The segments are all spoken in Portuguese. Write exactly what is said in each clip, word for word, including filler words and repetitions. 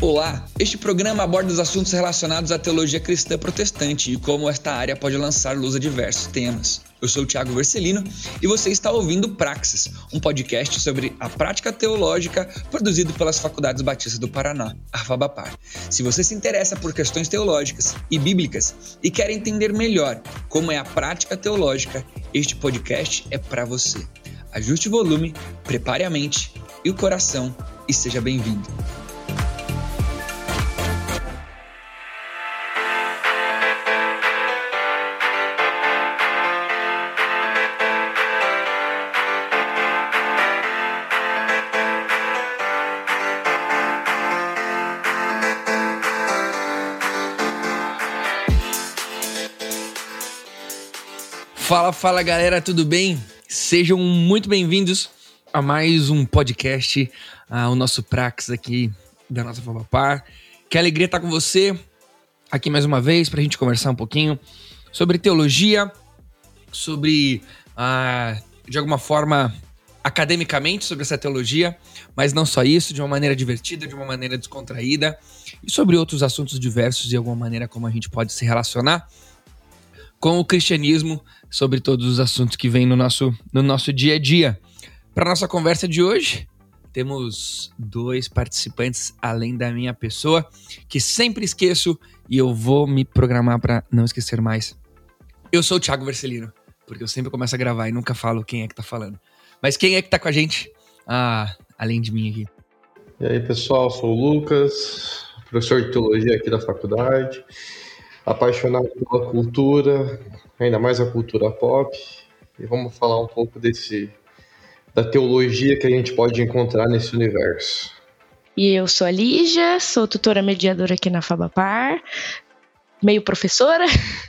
Olá, este programa aborda os assuntos relacionados à teologia cristã protestante e como esta área pode lançar luz a diversos temas. Eu sou o Thiago Vercelino e você está ouvindo Praxis, um podcast sobre a prática teológica produzido pelas Faculdades Batistas do Paraná, a FABAPAR. Se você se interessa por questões teológicas e bíblicas e quer entender melhor como é a prática teológica, este podcast é para você. Ajuste o volume, prepare a mente e o coração e seja bem-vindo. Fala, fala galera, tudo bem? Sejam muito bem-vindos a mais um podcast, uh, o nosso Praxis aqui da nossa FABAPAR. Que alegria estar com você aqui mais uma vez para a gente conversar um pouquinho sobre teologia, sobre, uh, de alguma forma, academicamente sobre essa teologia, mas não só isso, de uma maneira divertida, de uma maneira descontraída e sobre outros assuntos diversos, de alguma maneira como a gente pode se relacionar com o cristianismo, sobre todos os assuntos que vêm no nosso, no nosso dia a dia. Para nossa conversa de hoje, temos dois participantes além da minha pessoa, que sempre esqueço e eu vou me programar para não esquecer mais. Eu sou o Thiago Vercelino, porque eu sempre começo a gravar e nunca falo quem é que tá falando. Mas quem é que tá com a gente? Ah, além de mim aqui. E aí, pessoal, sou o Lucas, professor de teologia aqui da faculdade, apaixonado pela cultura, ainda mais a cultura pop, e vamos falar um pouco desse, da teologia que a gente pode encontrar nesse universo. E eu sou a Lígia, sou tutora mediadora aqui na FABAPAR, meio professora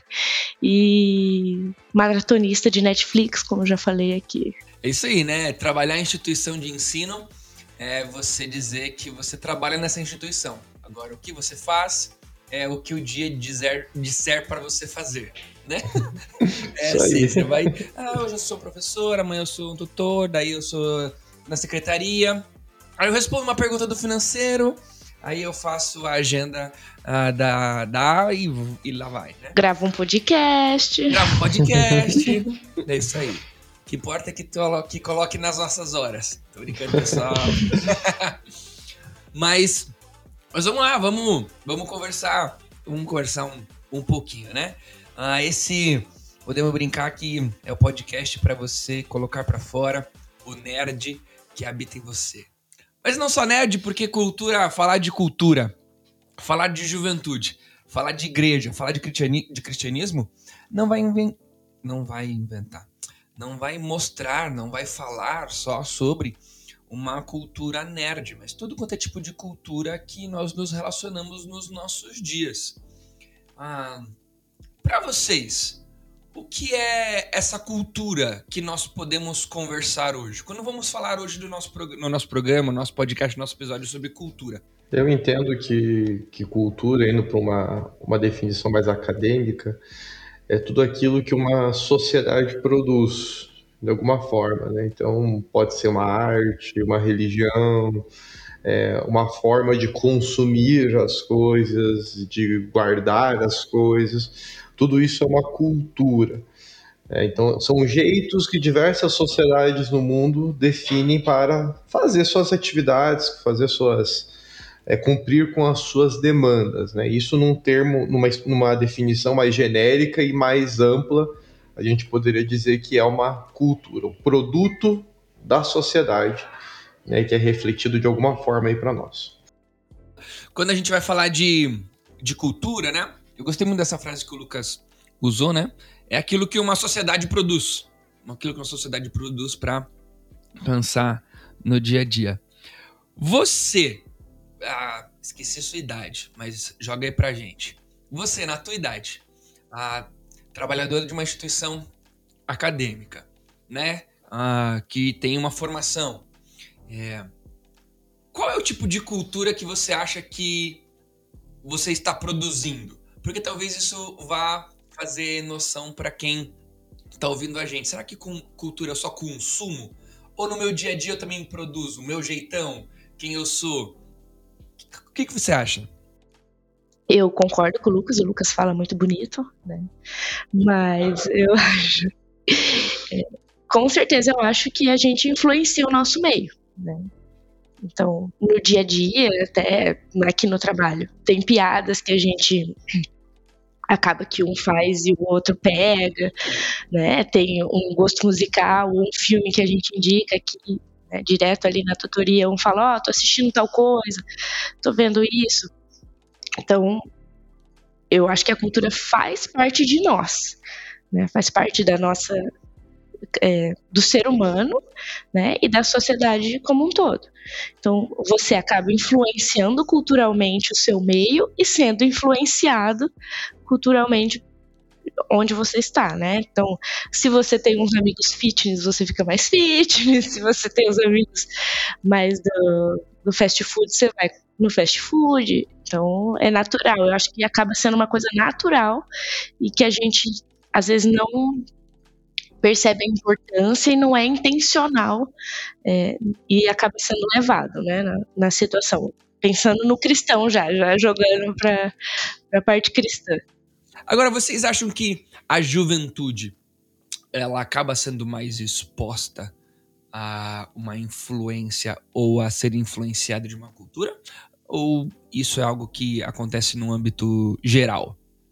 e maratonista de Netflix, como já falei aqui. É isso aí, né? Trabalhar em instituição de ensino é você dizer que você trabalha nessa instituição. Agora, o que você faz é o que o dia dizer, disser para você fazer, né? É assim, você vai... Ah, hoje eu sou professor, amanhã eu sou um tutor, daí eu sou na secretaria. Aí eu respondo uma pergunta do financeiro, aí eu faço a agenda uh, da, da e, e lá vai, né? Gravo um podcast. Gravo um podcast. É isso aí. O que importa é que, tu, que coloque nas nossas horas. Tô brincando, pessoal. Mas... Mas vamos lá, vamos, vamos conversar, vamos conversar um, um pouquinho, né? Ah, esse, podemos brincar que é o podcast para você colocar para fora o nerd que habita em você. Mas não só nerd, porque cultura, falar de cultura, falar de juventude, falar de igreja, falar de, cristiani, de cristianismo, não vai, inven, não vai inventar, não vai mostrar, não vai falar só sobre uma cultura nerd, mas todo quanto é tipo de cultura que nós nos relacionamos nos nossos dias. Ah, para vocês, o que é essa cultura que nós podemos conversar hoje? Quando vamos falar hoje do nosso, no nosso programa, no nosso podcast, no nosso episódio sobre cultura? Eu entendo que, que cultura, indo para uma, uma definição mais acadêmica, é tudo aquilo que uma sociedade produz, de alguma forma, né? Então pode ser uma arte, uma religião, é, uma forma de consumir as coisas, de guardar as coisas, tudo isso é uma cultura. É, então são jeitos que diversas sociedades no mundo definem para fazer suas atividades, fazer suas, é, cumprir com as suas demandas, né? Isso num termo, numa, numa definição mais genérica e mais ampla, a gente poderia dizer que é uma cultura, um produto da sociedade, né, que é refletido de alguma forma aí para nós. Quando a gente vai falar de, de cultura, né? Eu gostei muito dessa frase que o Lucas usou, né? É aquilo que uma sociedade produz. Aquilo que uma sociedade produz para pensar no dia a dia. Você, ah, esqueci a sua idade, mas joga aí pra gente. Você, na tua idade, ah, trabalhadora de uma instituição acadêmica, né? Ah, que tem uma formação. É... Qual é o tipo de cultura que você acha que você está produzindo? Porque talvez isso vá fazer noção para quem está ouvindo a gente. Será que com cultura eu só consumo? Ou no meu dia a dia eu também produzo? O meu jeitão, quem eu sou? O que, que você acha? Eu concordo com o Lucas, o Lucas fala muito bonito, né? Mas eu acho... É, com certeza eu acho que a gente influencia o nosso meio, né? Então, no dia a dia, até aqui no trabalho, tem piadas que a gente acaba que um faz e o outro pega, né? Tem um gosto musical, um filme que a gente indica que, né, direto ali na tutoria, um fala, ó, oh, tô assistindo tal coisa, tô vendo isso. Então, eu acho que a cultura faz parte de nós, né? Faz parte da nossa... É, do ser humano, né, e da sociedade como um todo. Então, você acaba influenciando culturalmente o seu meio e sendo influenciado culturalmente onde você está, né? Então, se você tem uns amigos fitness, você fica mais fitness. Se você tem uns amigos mais do, do fast food, você vai no fast food. Então, é natural. Eu acho que acaba sendo uma coisa natural e que a gente, às vezes, não percebe a importância e não é intencional, é, e acaba sendo levado, né, na, na situação. Pensando no cristão já, já jogando para a parte cristã. Agora, vocês acham que a juventude ela acaba sendo mais exposta a uma influência ou a ser influenciada de uma cultura? Ou isso é algo que acontece no âmbito geral?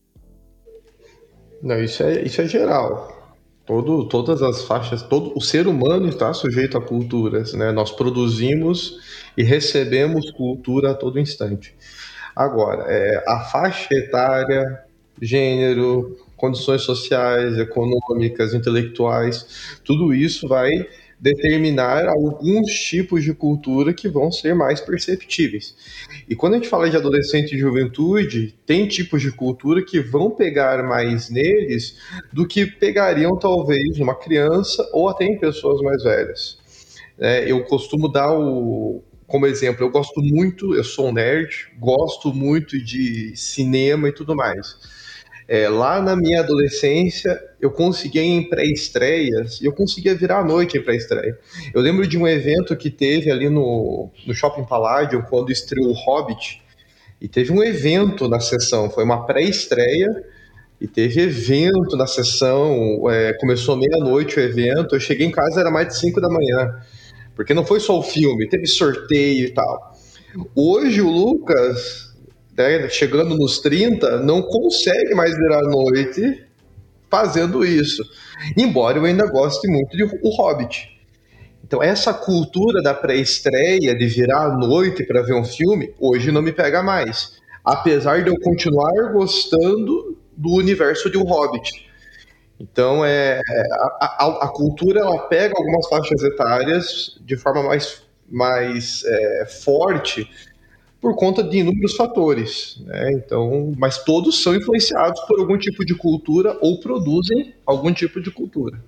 Não, isso é, isso é geral. Todo, todas as faixas, todo o ser humano está sujeito a culturas, né? Nós produzimos e recebemos cultura a todo instante. Agora, é, a faixa etária, gênero, condições sociais, econômicas, intelectuais, tudo isso vai determinar alguns tipos de cultura que vão ser mais perceptíveis. E quando a gente fala de adolescente e juventude, tem tipos de cultura que vão pegar mais neles do que pegariam talvez numa criança ou até em pessoas mais velhas. É, eu costumo dar o, como exemplo, eu gosto muito, eu sou um nerd, gosto muito de cinema e tudo mais. É, lá na minha adolescência, eu conseguia ir em pré-estreias e eu conseguia virar à noite em pré-estreia. Eu lembro de um evento que teve ali no, no Shopping Palladium, quando estreou o Hobbit, e teve um evento na sessão, foi uma pré-estreia, e teve evento na sessão, é, começou meia-noite o evento, eu cheguei em casa, era mais de cinco da manhã, porque não foi só o filme, teve sorteio e tal. Hoje o Lucas... Né, chegando nos trinta, não consegue mais virar à noite fazendo isso. Embora eu ainda goste muito de O Hobbit. Então, essa cultura da pré-estreia, de virar à noite para ver um filme, hoje não me pega mais. Apesar de eu continuar gostando do universo de O Hobbit. Então, é, a, a, a cultura ela pega algumas faixas etárias de forma mais, mais é, forte, por conta de inúmeros fatores, né? Então, mas todos são influenciados por algum tipo de cultura ou produzem algum tipo de cultura.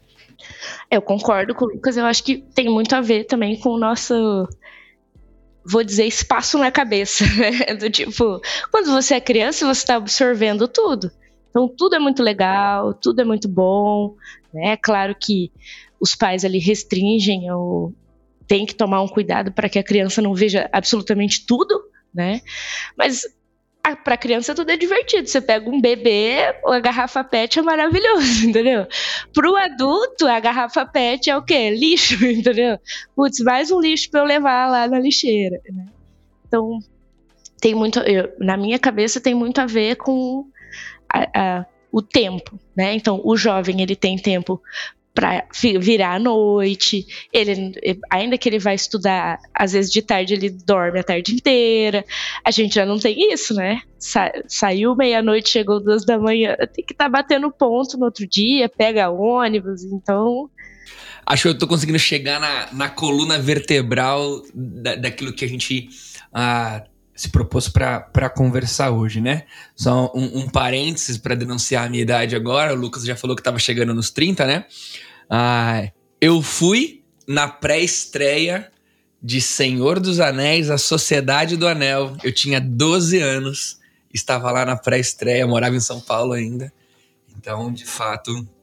Eu concordo com o Lucas, eu acho que tem muito a ver também com o nosso, vou dizer, espaço na cabeça, né? Do tipo, quando você é criança, você está absorvendo tudo. Então, tudo é muito legal, tudo é muito bom, né? Claro que os pais ali restringem ou tem que tomar um cuidado para que a criança não veja absolutamente tudo, né? Mas para a criança tudo é divertido. Você pega um bebê, a garrafa pet é maravilhoso, entendeu? Para o adulto, a garrafa pet é o quê? Lixo, entendeu? Putz, mais um lixo para eu levar lá na lixeira, né? Então, tem muito, eu, na minha cabeça tem muito a ver com a, a, o tempo, né? Então, o jovem, ele tem tempo para virar à noite, ele, ainda que ele vai estudar, às vezes de tarde ele dorme a tarde inteira, a gente já não tem isso, né? Sa- saiu meia-noite, chegou duas da manhã, tem que estar tá batendo ponto no outro dia, pega ônibus, então... Acho que eu tô conseguindo chegar na, na coluna vertebral da, daquilo que a gente ah, se propôs para conversar hoje, né? Só um, um parênteses para denunciar a minha idade agora, o Lucas já falou que tava chegando nos trinta, né? Ah, eu fui na pré-estreia de Senhor dos Anéis, A Sociedade do Anel. Eu tinha doze anos, estava lá na pré-estreia, morava em São Paulo ainda. Então, de fato,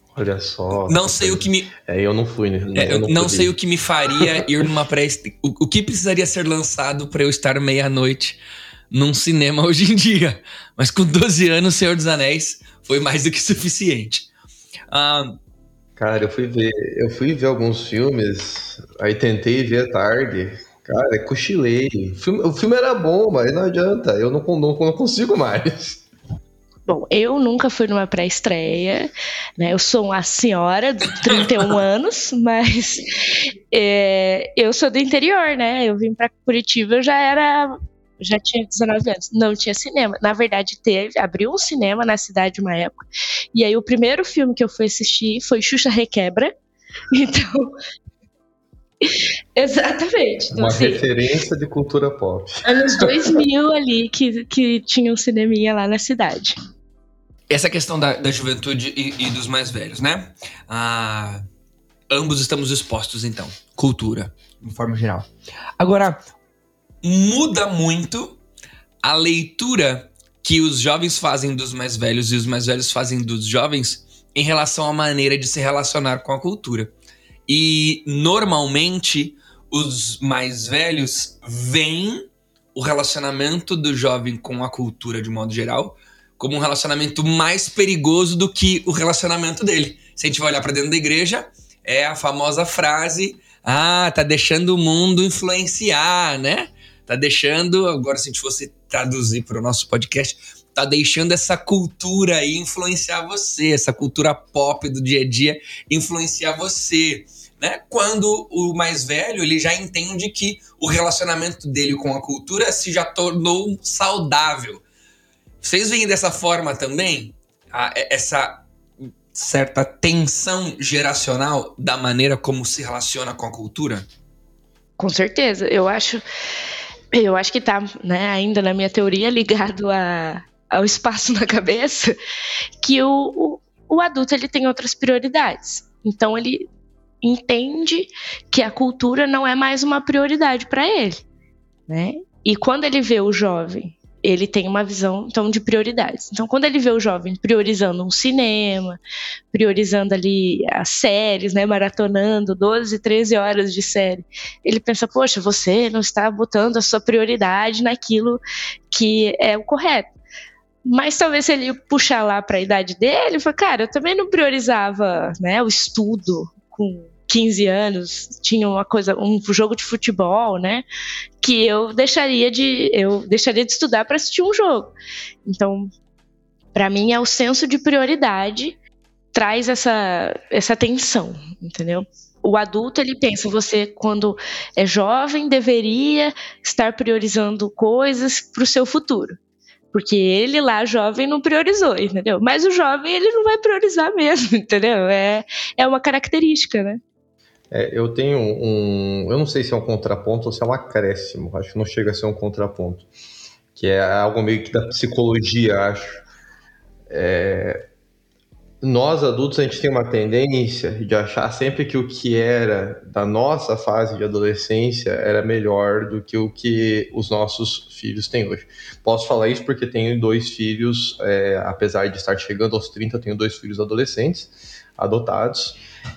Olha só. Não sei o que me... É, eu não fui, né? É, eu não não pude sei ir. o que me faria ir numa pré... O, o que precisaria ser lançado pra eu estar meia-noite num cinema hoje em dia. Mas com doze anos, Senhor dos Anéis foi mais do que suficiente. Ah, Cara, eu fui ver, eu fui ver alguns filmes, aí tentei ver à tarde. Cara, cochilei. O filme, o filme era bom, mas não adianta, eu não, não, não consigo mais. Bom, eu nunca fui numa pré-estreia, né? Eu sou uma senhora de trinta e um anos, mas é, eu sou do interior, né? Eu vim pra Curitiba, eu já era, já tinha dezenove anos, não tinha cinema. Na verdade, teve, abriu um cinema na cidade uma época, e aí o primeiro filme que eu fui assistir foi Xuxa Requebra. Então, exatamente. Então, Uma assim, referência de cultura pop. anos dois mil ali que, que tinha um cineminha lá na cidade. essa questão da, da juventude e, e dos mais velhos, né? Ah, ambos estamos expostos, então. Cultura, de forma geral. Agora, muda muito a leitura que os jovens fazem dos mais velhos e os mais velhos fazem dos jovens em relação à maneira de se relacionar com a cultura. E, normalmente, os mais velhos veem o relacionamento do jovem com a cultura, de modo geral, como um relacionamento mais perigoso do que o relacionamento dele. Se a gente vai olhar para dentro da igreja, é a famosa frase: ah, tá deixando o mundo influenciar, né? Tá deixando, agora se a gente fosse traduzir para o nosso podcast, tá deixando essa cultura aí influenciar você, essa cultura pop do dia a dia influenciar você, né? Quando o mais velho, ele já entende que o relacionamento dele com a cultura se já tornou saudável. Vocês veem dessa forma também? A, essa certa tensão geracional da maneira como se relaciona com a cultura? Com certeza. Eu acho, eu acho que tá, né, ainda na minha teoria, ligado a, ao espaço na cabeça, que o, o, o adulto ele tem outras prioridades. Então ele entende que a cultura não é mais uma prioridade para ele, né? E quando ele vê o jovem, ele tem uma visão, então, de prioridades. Então, quando ele vê o jovem priorizando um cinema, priorizando ali as séries, né, maratonando doze, treze horas de série, ele pensa, poxa, você não está botando a sua prioridade naquilo que é o correto. Mas talvez se ele puxar lá para a idade dele, ele fala, cara, eu também não priorizava, né, o estudo com quinze anos, tinha uma coisa, um jogo de futebol, né, que eu deixaria de, eu deixaria de estudar para assistir um jogo. Então, para mim, é o senso de prioridade traz essa, essa tensão, entendeu? O adulto, ele pensa, você, quando é jovem, deveria estar priorizando coisas para o seu futuro. Porque ele lá, jovem, não priorizou, entendeu? Mas o jovem, ele não vai priorizar mesmo, entendeu? É, é uma característica, né? É, eu tenho um... Eu não sei se é um contraponto ou se é um acréscimo. Acho que não chega a ser um contraponto. Que é algo meio que da psicologia, acho. É, nós, adultos, a gente tem uma tendência de achar sempre que o que era da nossa fase de adolescência era melhor do que o que os nossos filhos têm hoje. Posso falar isso porque tenho dois filhos, é, apesar de estar chegando aos trinta, eu tenho dois filhos adolescentes, adotados,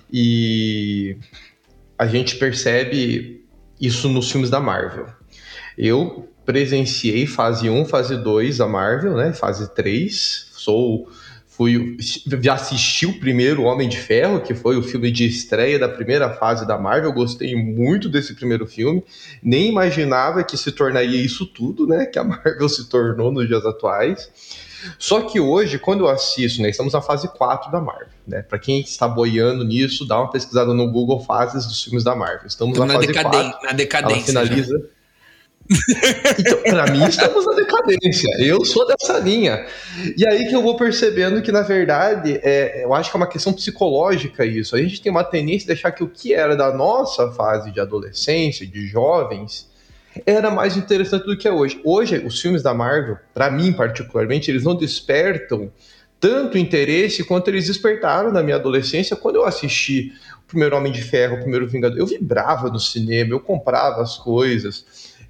e a gente percebe isso nos filmes da Marvel. Eu presenciei fase um, fase dois da Marvel, né? Fase três, sou... Fui, já assisti o primeiro Homem de Ferro, que foi o filme de estreia da primeira fase da Marvel. Eu gostei muito desse primeiro filme. Nem imaginava que se tornaria isso tudo, né? Que a Marvel se tornou nos dias atuais. Só que hoje, quando eu assisto, né? Estamos na fase quatro da Marvel, né? Para quem está boiando nisso, dá uma pesquisada no Google fases dos filmes da Marvel. Estamos, Estamos na, na fase decaden- quatro. Na decadência. Ela finaliza... Já. Então, pra mim, estamos na decadência. Eu sou dessa linha. E aí que eu vou percebendo que, na verdade, é, eu acho que é uma questão psicológica isso. A gente tem uma tendência de achar que o que era da nossa fase de adolescência, de jovens, era mais interessante do que é hoje. Hoje, os filmes da Marvel, pra mim particularmente, eles não despertam tanto interesse quanto eles despertaram na minha adolescência quando eu assisti o primeiro Homem de Ferro, o primeiro Vingador. Eu vibrava no cinema, eu comprava as coisas.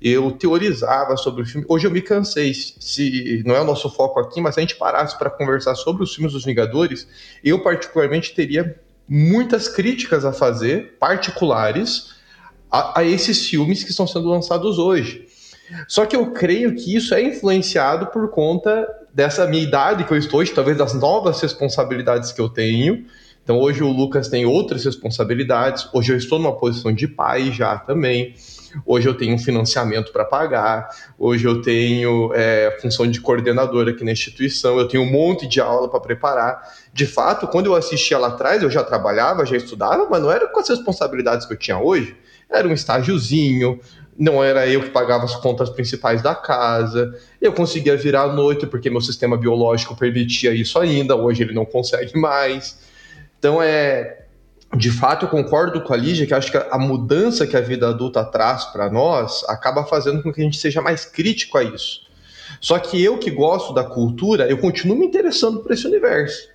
eu teorizava sobre o filme. Hoje eu me cansei, se não é o nosso foco aqui, mas se a gente parasse para conversar sobre os filmes dos Vingadores, eu particularmente teria muitas críticas a fazer, particulares, a, a esses filmes que estão sendo lançados hoje. Só que eu creio que isso é influenciado por conta dessa minha idade que eu estou hoje, talvez das novas responsabilidades que eu tenho. Então hoje o Lucas tem outras responsabilidades, hoje eu estou numa posição de pai já também, hoje eu tenho um financiamento para pagar, hoje eu tenho é, função de coordenador aqui na instituição, eu tenho um monte de aula para preparar. De fato, quando eu assistia lá atrás, eu já trabalhava, já estudava, mas não era com as responsabilidades que eu tinha hoje, era um estágiozinho, não era eu que pagava as contas principais da casa, eu conseguia virar à noite porque meu sistema biológico permitia isso ainda, hoje ele não consegue mais. Então, é, de fato, eu concordo com a Lígia que acho que a mudança que a vida adulta traz para nós acaba fazendo com que a gente seja mais crítico a isso. Só que eu que gosto da cultura, eu continuo me interessando por esse universo.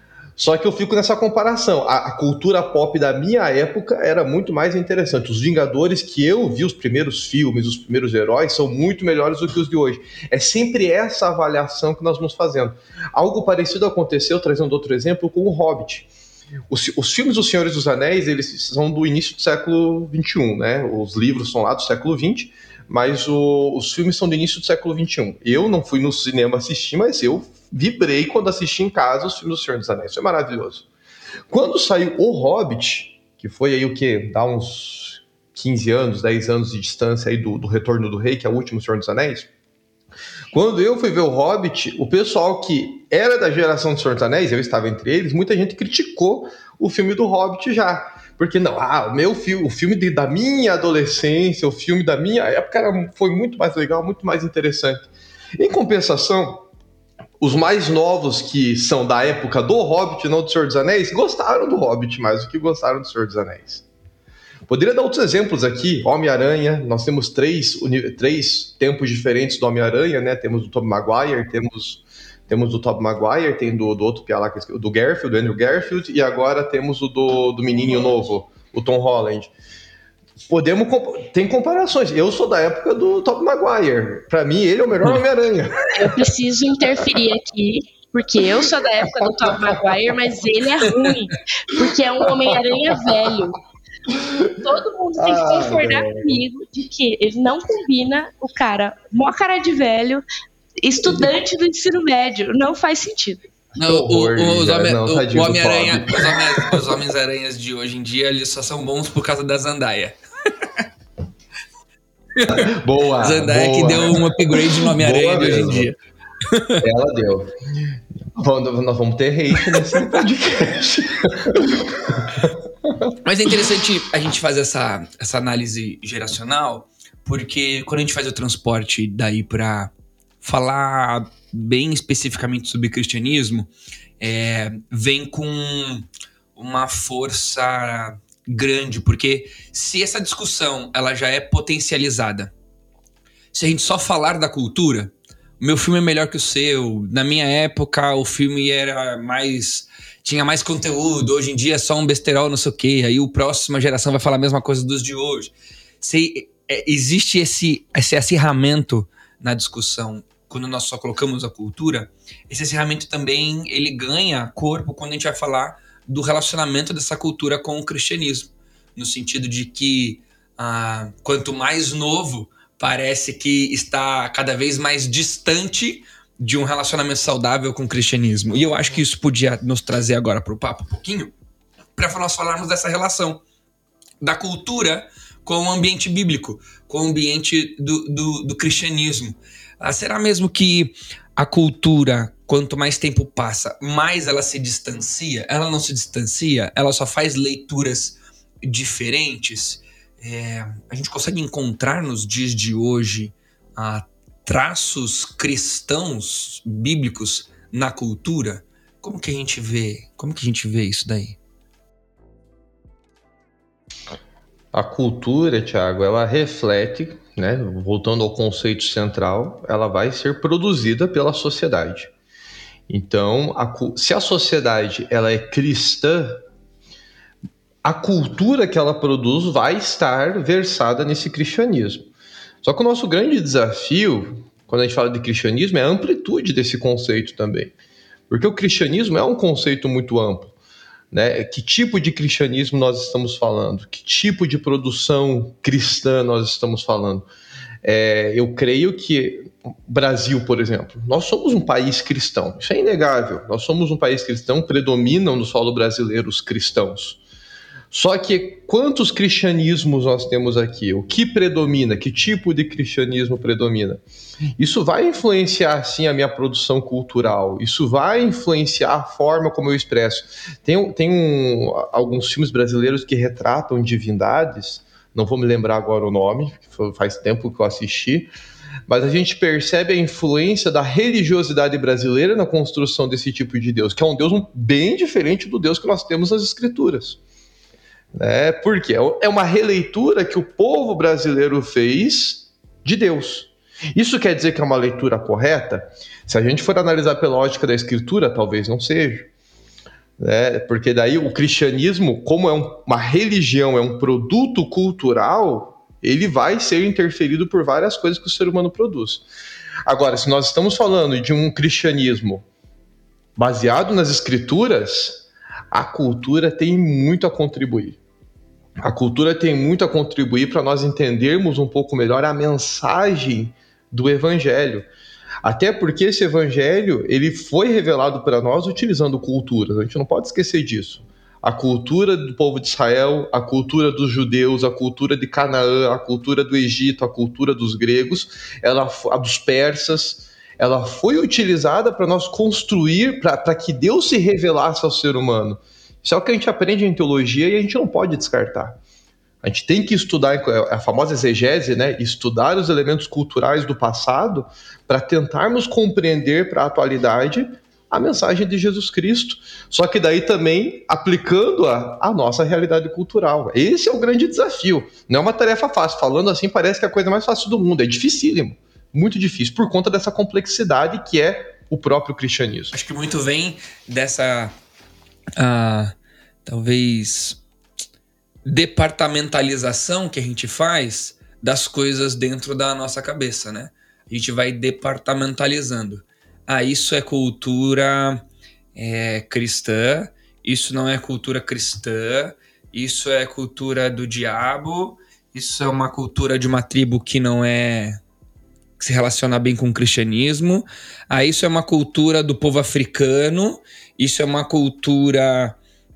Só que eu fico nessa comparação. A, a cultura pop da minha época era muito mais interessante. Os Vingadores que eu vi, os primeiros filmes, os primeiros heróis, são muito melhores do que os de hoje. É sempre essa avaliação que nós vamos fazendo. Algo parecido aconteceu, trazendo outro exemplo, com o Hobbit. Os, os filmes dos Senhores dos Anéis, eles são do início do século vinte e um, né? Os livros são lá do século vinte, mas o, os filmes são do início do século vinte e um. Eu não fui no cinema assistir, mas eu vibrei quando assisti em casa os filmes do Senhor dos Anéis. Foi maravilhoso. Quando saiu O Hobbit, que foi aí o quê? Dá uns quinze anos, dez anos de distância aí do, do Retorno do Rei, que é o último Senhor dos Anéis. Quando eu fui ver o Hobbit, o pessoal que era da geração do Senhor dos Anéis, eu estava entre eles, muita gente criticou o filme do Hobbit já. Porque não, ah, o meu filme, o filme de, da minha adolescência, o filme da minha época era, foi muito mais legal, muito mais interessante. Em compensação, os mais novos que são da época do Hobbit, não do Senhor dos Anéis, gostaram do Hobbit mais do que gostaram do Senhor dos Anéis. Poderia dar outros exemplos aqui. Homem-Aranha, nós temos três, três tempos diferentes do Homem-Aranha, né? Temos do Tobey Maguire, temos, temos do Tobey Maguire, tem do, do outro piá lá, do Garfield, do Andrew Garfield, e agora temos o do, do menininho novo, o Tom Holland. Podemos, tem comparações. Eu sou da época do Tobey Maguire. Para mim, ele é o melhor Homem-Aranha. Eu preciso interferir aqui, porque eu sou da época do Tobey Maguire, mas ele é ruim, porque é um Homem-Aranha velho. Todo mundo tem que concordar ah, comigo de que ele não combina o cara, mó cara de velho, estudante do ensino médio. Não faz sentido. Não, o, o, os homem, não, o, o Homem-Aranha, os, homens, os Homens-Aranhas de hoje em dia, eles só são bons por causa da Zendaya. Boa. Zendaya boa. Que deu um upgrade no Homem-Aranha de hoje em dia. Ela deu. Nós vamos ter hate nesse podcast. Mas é interessante a gente fazer essa, essa análise geracional, porque quando a gente faz o transporte daí para falar bem especificamente sobre cristianismo, é, vem com uma força grande, porque se essa discussão ela já é potencializada, se a gente só falar da cultura, o meu filme é melhor que o seu, na minha época o filme era mais... tinha mais conteúdo, hoje em dia é só um besterol, não sei o quê, aí a próxima geração vai falar a mesma coisa dos de hoje. Se, é, existe esse, esse acirramento na discussão quando nós só colocamos a cultura, esse acirramento também ele ganha corpo quando a gente vai falar do relacionamento dessa cultura com o cristianismo, no sentido de que ah, quanto mais novo, parece que está cada vez mais distante de um relacionamento saudável com o cristianismo. E eu acho que isso podia nos trazer agora para o papo um pouquinho, para nós falarmos dessa relação da cultura com o ambiente bíblico, com o ambiente do, do, do cristianismo. Ah, será mesmo que a cultura, quanto mais tempo passa, mais ela se distancia? Ela não se distancia? Ela só faz leituras diferentes? É, a gente consegue encontrar nos dias de hoje a traços cristãos bíblicos na cultura? Como que a gente vê? Como que a gente vê isso daí? A cultura, Thiago, ela reflete, né, voltando ao conceito central, ela vai ser produzida pela sociedade. Então, a, se a sociedade ela é cristã, a cultura que ela produz vai estar versada nesse cristianismo. Só que o nosso grande desafio, quando a gente fala de cristianismo, é a amplitude desse conceito também. Porque o cristianismo é um conceito muito amplo, né? Que tipo de cristianismo nós estamos falando? Que tipo de produção cristã nós estamos falando? É, eu creio que o Brasil, por exemplo, nós somos um país cristão, isso é inegável. Nós somos um país cristão, predominam no solo brasileiro os cristãos. Só que quantos cristianismos nós temos aqui? O que predomina? Que tipo de cristianismo predomina? Isso vai influenciar, sim, a minha produção cultural. Isso vai influenciar a forma como eu expresso. Tem, tem um, alguns filmes brasileiros que retratam divindades, não vou me lembrar agora o nome, faz tempo que eu assisti, mas a gente percebe a influência da religiosidade brasileira na construção desse tipo de Deus, que é um Deus bem diferente do Deus que nós temos nas Escrituras. É, por quê? É uma releitura que o povo brasileiro fez de Deus. Isso quer dizer que é uma leitura correta? Se a gente for analisar pela ótica da Escritura, talvez não seja. É, porque daí o cristianismo, como é um, uma religião, é um produto cultural, ele vai ser interferido por várias coisas que o ser humano produz. Agora, se nós estamos falando de um cristianismo baseado nas Escrituras, a cultura tem muito a contribuir. A cultura tem muito a contribuir para nós entendermos um pouco melhor a mensagem do Evangelho. Até porque esse Evangelho ele foi revelado para nós utilizando culturas. A gente não pode esquecer disso. A cultura do povo de Israel, a cultura dos judeus, a cultura de Canaã, a cultura do Egito, a cultura dos gregos, ela, a dos persas, ela foi utilizada para nós construir, para que Deus se revelasse ao ser humano. Isso é o que a gente aprende em teologia e a gente não pode descartar. A gente tem que estudar, a famosa exegese, né? Estudar os elementos culturais do passado para tentarmos compreender para a atualidade a mensagem de Jesus Cristo. Só que daí também aplicando-a à nossa realidade cultural. Esse é o grande desafio. Não é uma tarefa fácil. Falando assim, parece que é a coisa mais fácil do mundo. É dificílimo. Muito difícil, por conta dessa complexidade que é o próprio cristianismo. Acho que muito vem dessa... Uh, talvez departamentalização que a gente faz das coisas dentro da nossa cabeça, né? A gente vai departamentalizando. Ah, isso é cultura é, cristã, isso não é cultura cristã, isso é cultura do diabo, isso é uma cultura de uma tribo que não é... que se relaciona bem com o cristianismo. Ah, isso é uma cultura do povo africano, isso é uma cultura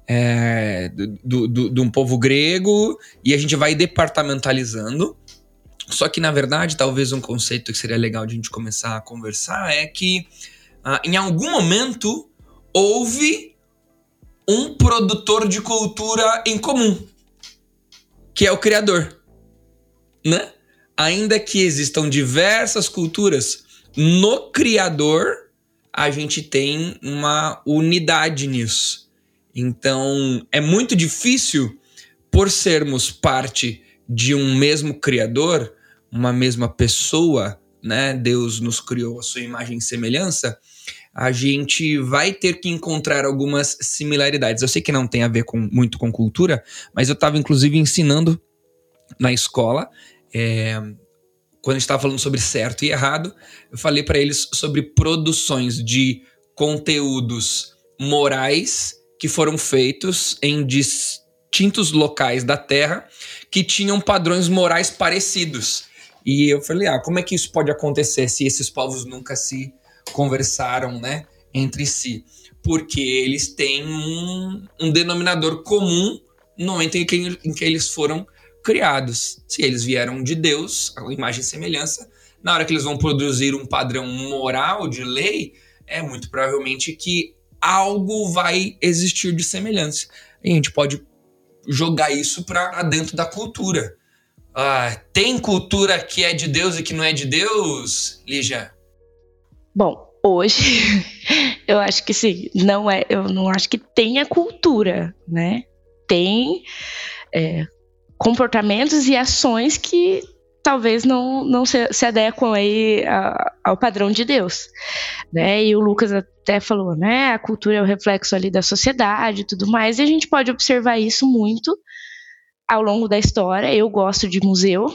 é, do, do, do um povo grego, e a gente vai departamentalizando. Só que, na verdade, talvez um conceito que seria legal de a gente começar a conversar é que, ah, em algum momento, houve um produtor de cultura em comum, que é o Criador, né? Ainda que existam diversas culturas, no Criador a gente tem uma unidade nisso. Então é muito difícil, por sermos parte de um mesmo Criador, uma mesma pessoa, né? Deus nos criou a sua imagem e semelhança, a gente vai ter que encontrar algumas similaridades. Eu sei que não tem a ver com, muito com cultura, mas eu estava inclusive ensinando na escola, é, quando a gente estava falando sobre certo e errado, eu falei para eles sobre produções de conteúdos morais que foram feitos em distintos locais da Terra que tinham padrões morais parecidos. E eu falei, ah, como é que isso pode acontecer se esses povos nunca se conversaram, né, entre si? Porque eles têm um, um denominador comum no momento em que, em que eles foram criados. Se eles vieram de Deus, a imagem e semelhança, na hora que eles vão produzir um padrão moral de lei, é muito provavelmente que algo vai existir de semelhança. E a gente pode jogar isso para dentro da cultura. Ah, tem cultura que é de Deus e que não é de Deus, Lígia? Bom, hoje eu acho que sim, não é, eu não acho que tenha cultura, né? Tem é, comportamentos e ações que talvez não, não se, se adequam aí a, ao padrão de Deus, né? E o Lucas até falou, né? A cultura é o reflexo ali da sociedade e tudo mais, e a gente pode observar isso muito ao longo da história. Eu gosto de museu,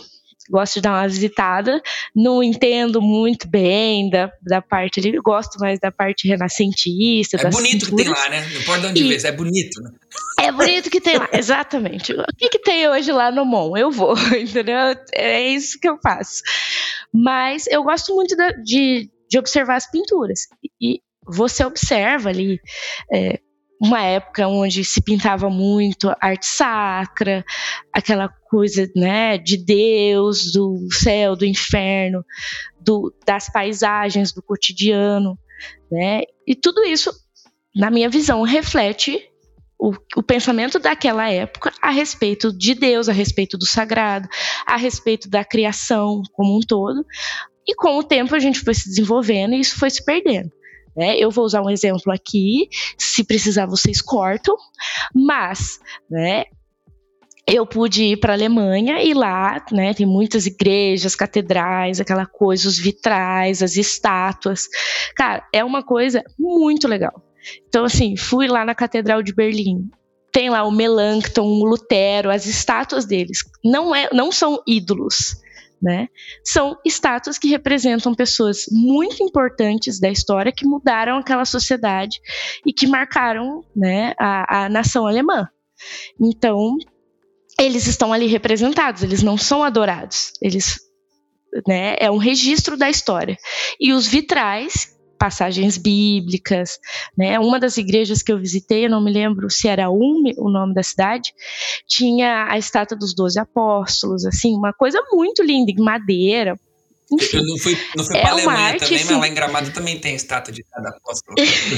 gosto de dar uma visitada, não entendo muito bem da, da parte ali, gosto mais da parte renascentista. É bonito pinturas. Que tem lá, né? Não importa de onde vê, é bonito, né? É bonito que tem lá, exatamente. O que, que tem hoje lá no M O M? Eu vou, entendeu? É isso que eu faço. Mas eu gosto muito da, de, de observar as pinturas. E você observa ali é, uma época onde se pintava muito arte sacra, aquela coisa, né, de Deus, do céu, do inferno, do, das paisagens, do cotidiano, né? E tudo isso, na minha visão, reflete o, o pensamento daquela época a respeito de Deus, a respeito do sagrado, a respeito da criação como um todo. E com o tempo a gente foi se desenvolvendo e isso foi se perdendo. Né? Eu vou usar um exemplo aqui, se precisar vocês cortam, mas, né, eu pude ir para a Alemanha e lá, né, tem muitas igrejas, catedrais, aquela coisa, os vitrais, as estátuas. Cara, é uma coisa muito legal. Então, assim, fui lá na Catedral de Berlim. Tem lá o Melanchthon, o Lutero, as estátuas deles. Não, é, não são ídolos, né? São estátuas que representam pessoas muito importantes da história que mudaram aquela sociedade e que marcaram, né, a, a nação alemã. Então, eles estão ali representados, eles não são adorados. Eles, né, é um registro da história. E os vitrais, passagens bíblicas, né? Uma das igrejas que eu visitei, eu não me lembro se era Ulm, o nome da cidade, tinha a estátua dos doze apóstolos, assim, uma coisa muito linda, em madeira. Enfim, eu não fui, não fui é pra Alemanha arte, também, assim, mas lá em Gramado também tem estátua de cada apóstolo.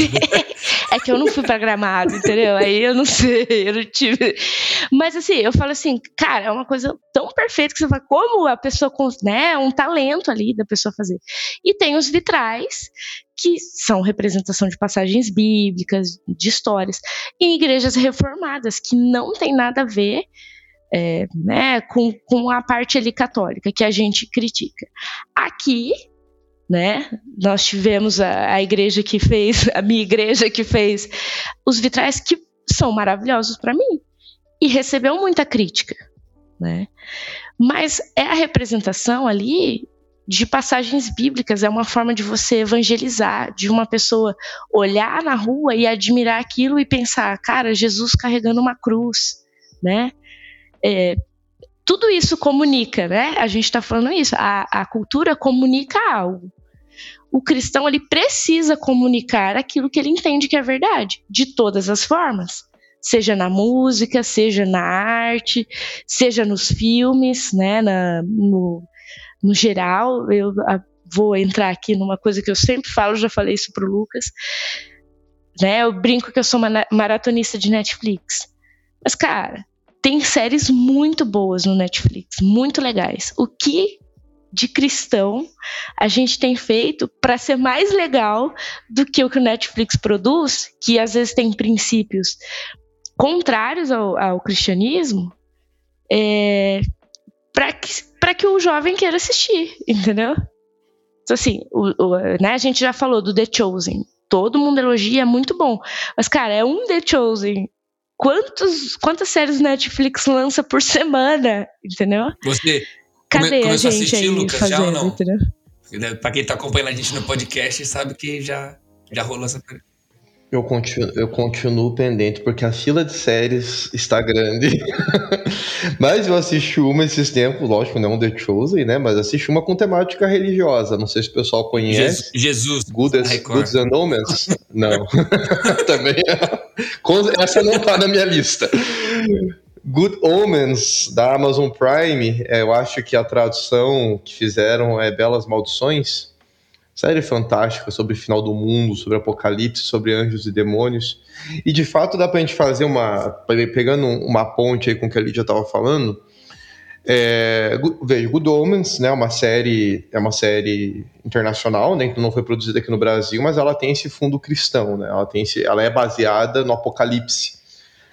É que eu não fui pra Gramado, entendeu? Aí eu não sei, eu não tive. Mas assim, eu falo assim, cara, é uma coisa tão perfeita que você fala, como a pessoa, né, um talento ali da pessoa fazer. E tem os vitrais, que são representação de passagens bíblicas, de histórias, em igrejas reformadas, que não tem nada a ver É, né, com, com a parte ali católica que a gente critica. Aqui, né, nós tivemos a, a igreja que fez, a minha igreja que fez os vitrais que são maravilhosos para mim e recebeu muita crítica, né? Mas é a representação ali de passagens bíblicas, é uma forma de você evangelizar, de uma pessoa olhar na rua e admirar aquilo e pensar, cara, Jesus carregando uma cruz, né? É, tudo isso comunica, né? A gente está falando isso. A, a cultura comunica algo. O cristão, ele precisa comunicar aquilo que ele entende que é verdade, de todas as formas. Seja na música, seja na arte, seja nos filmes, né? Na, no, no geral, eu a, vou entrar aqui numa coisa que eu sempre falo, já falei isso pro Lucas, né? Eu brinco que eu sou uma maratonista de Netflix. Mas, cara, tem séries muito boas no Netflix, muito legais. O que de cristão a gente tem feito para ser mais legal do que o que o Netflix produz, que às vezes tem princípios contrários ao, ao cristianismo, é, para que, para que o jovem queira assistir, entendeu? Então, assim, o, o, né, a gente já falou do The Chosen. Todo mundo elogia, é muito bom. Mas, cara, é um The Chosen. Quantos, quantas séries Netflix lança por semana, entendeu? Você Cadê come, a gente a assistir, aí Lucas, fazendo, já ou não? Entendeu? Pra quem tá acompanhando a gente no podcast, sabe que já, já rolou essa pergunta. Eu continuo, eu continuo pendente, porque a fila de séries está grande. Mas eu assisti uma esses tempos, lógico, não The Chosen, né? Mas assisti uma com temática religiosa. Não sei se o pessoal conhece. Jesus. Good as, Good and Omens? Não. Também. Essa não tá na minha lista. Good Omens, da Amazon Prime. Eu acho que a tradução que fizeram é Belas Maldições. Série fantástica sobre o final do mundo, sobre apocalipse, sobre anjos e demônios. E de fato dá pra gente fazer uma... Pegando uma ponte aí com o que a Lídia estava falando. É, veja, Good Omens, né, uma série, é uma série internacional, né, que não foi produzida aqui no Brasil, mas ela tem esse fundo cristão, né, ela, tem esse, ela é baseada no apocalipse.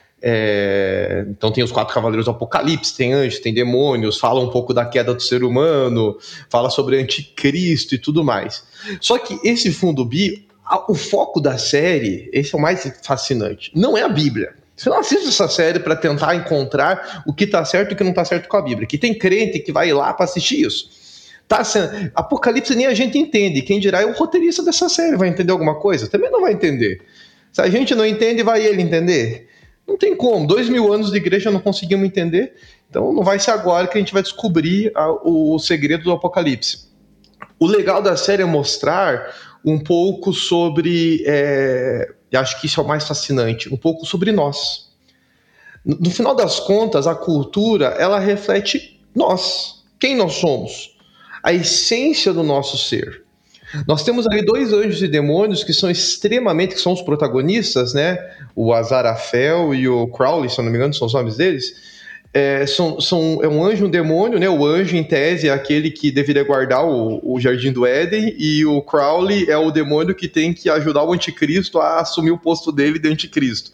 É, então tem os quatro cavaleiros do apocalipse, tem anjos, tem demônios, fala um pouco da queda do ser humano, fala sobre anticristo e tudo mais. Só que esse fundo bi, o foco da série, esse é o mais fascinante, não é a Bíblia. Você não assiste essa série para tentar encontrar o que tá certo e o que não tá certo com a Bíblia. Que tem crente que vai lá para assistir isso. Tá sendo... Apocalipse nem a gente entende. Quem dirá é o roteirista dessa série. Vai entender alguma coisa? Também não vai entender. Se a gente não entende, vai ele entender? Não tem como. Dois mil anos de igreja não conseguimos entender. Então não vai ser agora que a gente vai descobrir a, o, o segredo do Apocalipse. O legal da série é mostrar um pouco sobre... É... E acho que isso é o mais fascinante. Um pouco sobre nós. No final das contas, a cultura, ela reflete nós. Quem nós somos. A essência do nosso ser. Nós temos ali dois anjos e demônios que são extremamente, que são os protagonistas, né? O Azarafel e o Crowley, se eu não me engano, são os nomes deles. É, são, são, é um anjo e um demônio, né? O anjo, em tese, é aquele que deveria guardar o, o Jardim do Éden, e o Crowley é o demônio que tem que ajudar o anticristo a assumir o posto dele de anticristo.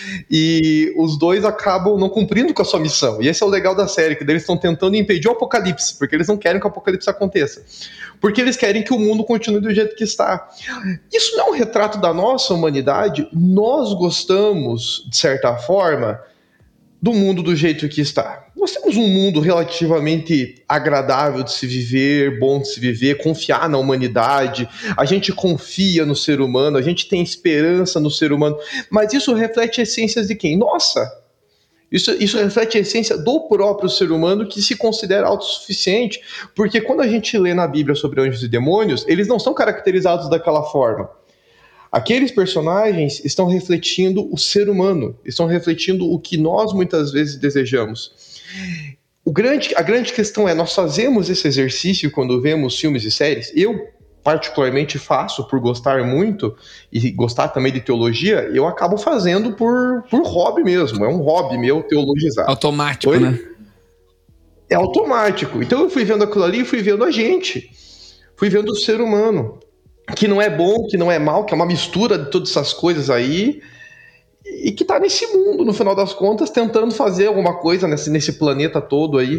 E os dois acabam não cumprindo com a sua missão. E esse é o legal da série, que eles estão tentando impedir o apocalipse, porque eles não querem que o apocalipse aconteça. Porque eles querem que o mundo continue do jeito que está. Isso não é um retrato da nossa humanidade. Nós gostamos, de certa forma, do mundo do jeito que está. Nós temos um mundo relativamente agradável de se viver, bom de se viver, confiar na humanidade, a gente confia no ser humano, a gente tem esperança no ser humano, mas isso reflete essências de quem? Nossa! Isso, isso reflete a essência do próprio ser humano que se considera autossuficiente, porque quando a gente lê na Bíblia sobre anjos e demônios, eles não são caracterizados daquela forma. Aqueles personagens estão refletindo o ser humano, estão refletindo o que nós muitas vezes desejamos. O grande, a grande questão é, nós fazemos esse exercício quando vemos filmes e séries. Eu, particularmente, faço por gostar muito e gostar também de teologia, eu acabo fazendo por, por hobby mesmo, é um hobby meu teologizar. Automático, Oi? né? É automático. Então eu fui vendo aquilo ali e fui vendo a gente, fui vendo o ser humano. Que não é bom, que não é mal, que é uma mistura de todas essas coisas aí, e que tá nesse mundo, no final das contas, tentando fazer alguma coisa nesse, nesse planeta todo aí.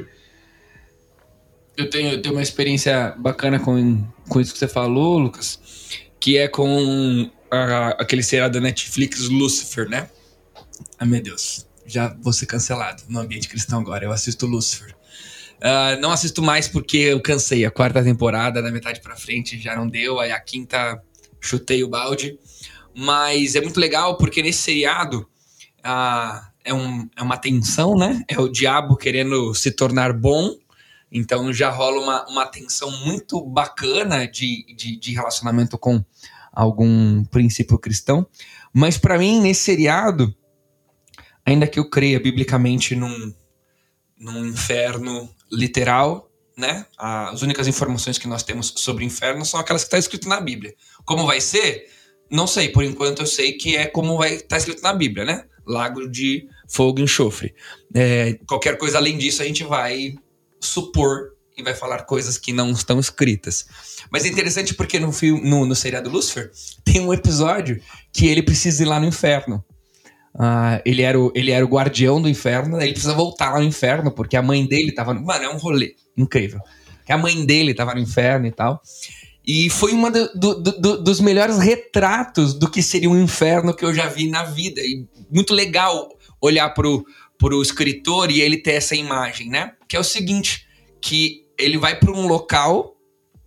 Eu tenho, eu tenho uma experiência bacana com, com isso que você falou, Lucas, que é com a, aquele seriado da Netflix, Lucifer, né? Ai, meu Deus, já vou ser cancelado no ambiente cristão agora, eu assisto Lucifer. Uh, não assisto mais porque eu cansei. A quarta temporada, da metade pra frente, já não deu. Aí a quinta, chutei o balde. Mas é muito legal porque nesse seriado uh, é, um, é uma tensão, né? É o diabo querendo se tornar bom. Então já rola uma, uma tensão muito bacana de, de, de relacionamento com algum princípio cristão. Mas pra mim, nesse seriado, ainda que eu creia biblicamente num, num inferno literal, né? As únicas informações que nós temos sobre o inferno são aquelas que estão escritas na Bíblia. Como vai ser? Não sei. Por enquanto eu sei que é como vai estar escrito na Bíblia, né? Lago de fogo e enxofre. É, qualquer coisa além disso a gente vai supor e vai falar coisas que não estão escritas. Mas é interessante porque no, filme, no, no seriado Lucifer tem um episódio que ele precisa ir lá no inferno. Uh, ele, era o, ele era o guardião do inferno, ele precisa voltar lá no inferno, porque a mãe dele tava... No, mano, é um rolê incrível. Que a mãe dele tava no inferno e tal. E foi um do, do, do, dos melhores retratos do que seria um inferno que eu já vi na vida. E muito legal olhar pro, pro escritor e ele ter essa imagem, né? Que é o seguinte, que ele vai para um local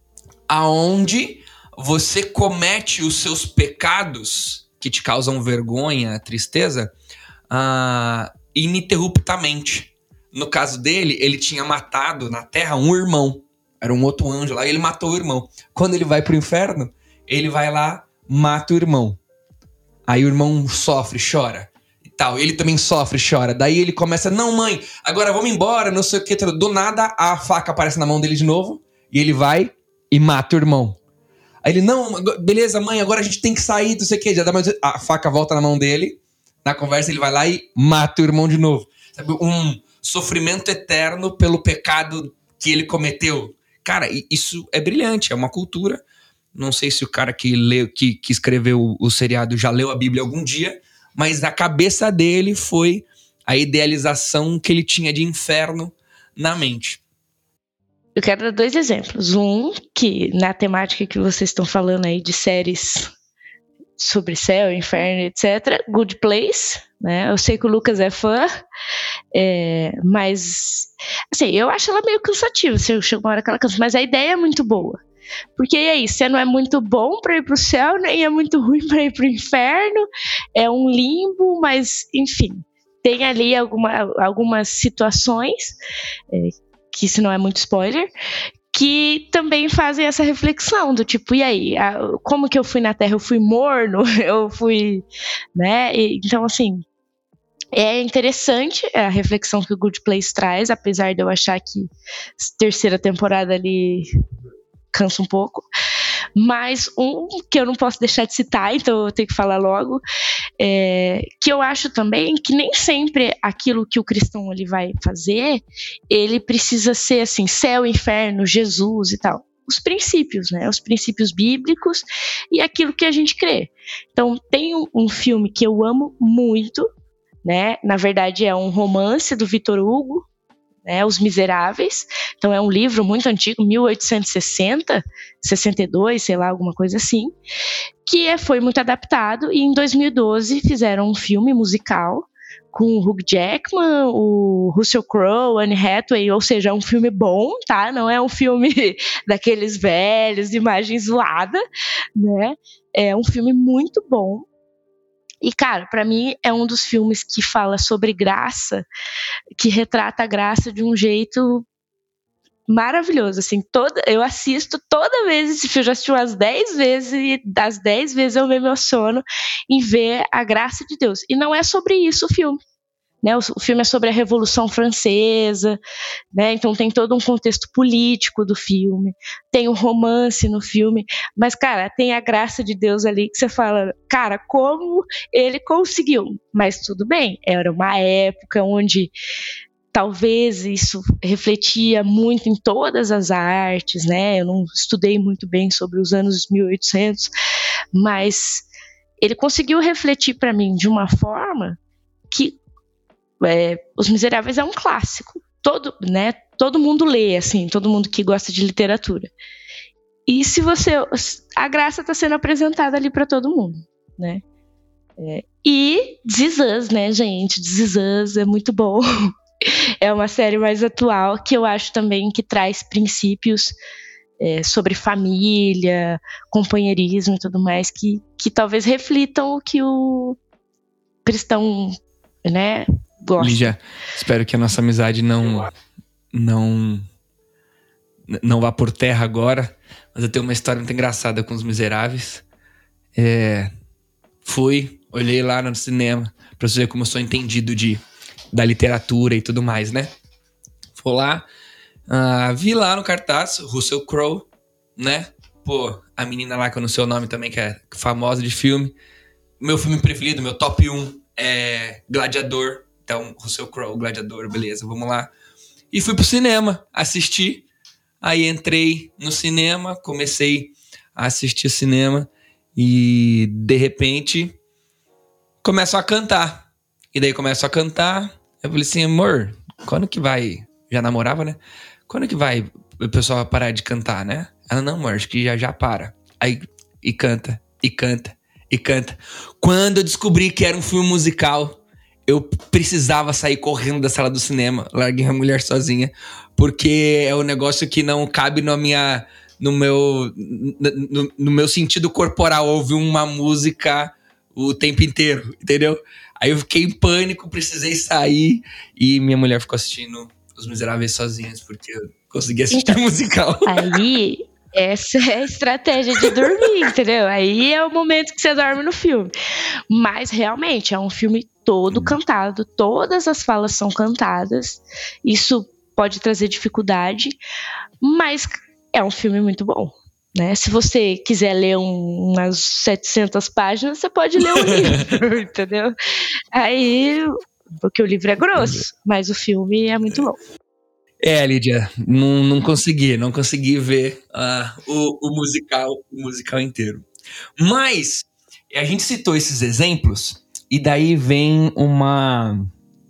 aonde você comete os seus pecados que te causam vergonha, tristeza, uh, ininterruptamente. No caso dele, ele tinha matado na Terra um irmão. Era um outro anjo lá e ele matou o irmão. Quando ele vai pro inferno, ele vai lá, mata o irmão. Aí o irmão sofre, chora e tal. Ele também sofre, chora. Daí ele começa, não mãe, agora vamos embora, não sei o que. Do nada, a faca aparece na mão dele de novo e ele vai e mata o irmão. Aí ele, não, beleza, mãe, agora a gente tem que sair, não sei o que. Já dá mais... A faca volta na mão dele. Na conversa ele vai lá e mata o irmão de novo. Sabe, um sofrimento eterno pelo pecado que ele cometeu. Cara, isso é brilhante, é uma cultura. Não sei se o cara que, leu, que, que escreveu o seriado já leu a Bíblia algum dia, mas na cabeça dele foi a idealização que ele tinha de inferno na mente. Eu quero dar dois exemplos. Um, que na temática que vocês estão falando aí de séries sobre céu, inferno, etcétera. Good Place, né? Eu sei que o Lucas é fã, é, mas assim, eu acho ela meio cansativa. Chega uma hora que ela cansa, mas a ideia é muito boa. Porque e aí, você não é muito bom pra ir pro céu, nem é muito ruim pra ir pro inferno, é um limbo, mas enfim, tem ali alguma, algumas situações, é, que isso não é muito spoiler, que também fazem essa reflexão do tipo, e aí, a, como que eu fui na Terra? Eu fui morno? Eu fui, né? E, então, assim, é interessante a reflexão que o Good Place traz, apesar de eu achar que a terceira temporada ali cansa um pouco. Mas um que eu não posso deixar de citar, então eu tenho que falar logo, é, que eu acho também que nem sempre aquilo que o cristão ele vai fazer, ele precisa ser assim, céu, inferno, Jesus e tal. Os princípios, né? Os princípios bíblicos e aquilo que a gente crê. Então tem um, um filme que eu amo muito, né? Na verdade é um romance do Victor Hugo, né, Os Miseráveis. Então é um livro muito antigo, mil oitocentos e sessenta, sessenta e dois, sei lá, alguma coisa assim, que é, foi muito adaptado, e em dois mil e doze fizeram um filme musical com o Hugh Jackman, o Russell Crowe, Anne Hathaway, ou seja, é um filme bom, tá? Não é um filme daqueles velhos, imagem zoada, né? É um filme muito bom. E, cara, pra mim é um dos filmes que fala sobre graça, que retrata a graça de um jeito maravilhoso, assim, toda, eu assisto toda vez esse filme, eu já assisti umas dez vezes, e das dez vezes eu me emociono em ver a graça de Deus. E não é sobre isso o filme, né? O, o filme é sobre a Revolução Francesa, né? Então tem todo um contexto político do filme, tem um romance no filme, mas, cara, tem a graça de Deus ali que você fala, cara, como ele conseguiu? Mas tudo bem, era uma época onde talvez isso refletia muito em todas as artes, né? Eu não estudei muito bem sobre os anos mil e oitocentos, mas ele conseguiu refletir para mim de uma forma que é, Os Miseráveis é um clássico. Todo, né, todo mundo lê, assim, todo mundo que gosta de literatura. E se você... A graça está sendo apresentada ali para todo mundo, né? É, e This Is Us, né, gente? This Is Us é muito bom. É uma série mais atual que eu acho também que traz princípios é, sobre família, companheirismo e tudo mais que, que talvez reflitam o que o cristão, né, gosta. Lígia, espero que a nossa amizade não, não, não vá por terra agora, mas eu tenho uma história muito engraçada com Os Miseráveis. É, fui, olhei lá no cinema, pra você ver como eu sou entendido de da literatura e tudo mais, né? Fui lá, uh, vi lá no cartaz Russell Crowe, né? Pô, a menina lá que eu não sei o nome também, que é famosa de filme. Meu filme preferido, meu top um é Gladiador. Então, Russell Crowe, Gladiador, beleza, vamos lá. E fui pro cinema assistir. Aí entrei no cinema, comecei a assistir cinema e, de repente, começam a cantar. E daí começam a cantar. Eu falei assim, amor, quando que vai... Já namorava, né? Quando que vai o pessoal parar de cantar, né? Ela, não, amor, acho que já já para. Aí, e canta, e canta, e canta. Quando eu descobri que era um filme musical, eu precisava sair correndo da sala do cinema. Larguei a mulher sozinha. Porque é um negócio que não cabe na minha, no, meu, no, no meu sentido corporal. Ouvir uma música o tempo inteiro, entendeu? Aí eu fiquei em pânico, precisei sair. E minha mulher ficou assistindo Os Miseráveis sozinhas, porque eu consegui assistir então, o musical. Aí, essa é a estratégia de dormir, entendeu? Aí é o momento que você dorme no filme. Mas, realmente, é um filme todo hum. cantado. Todas as falas são cantadas. Isso pode trazer dificuldade. Mas é um filme muito bom. Né? Se você quiser ler um, umas setecentas páginas, você pode ler um livro, entendeu? Aí, porque o livro é grosso, mas o filme é muito bom. É, Lídia, não, não consegui, não consegui ver uh, o, o musical, o musical inteiro. Mas a gente citou esses exemplos e daí vem uma...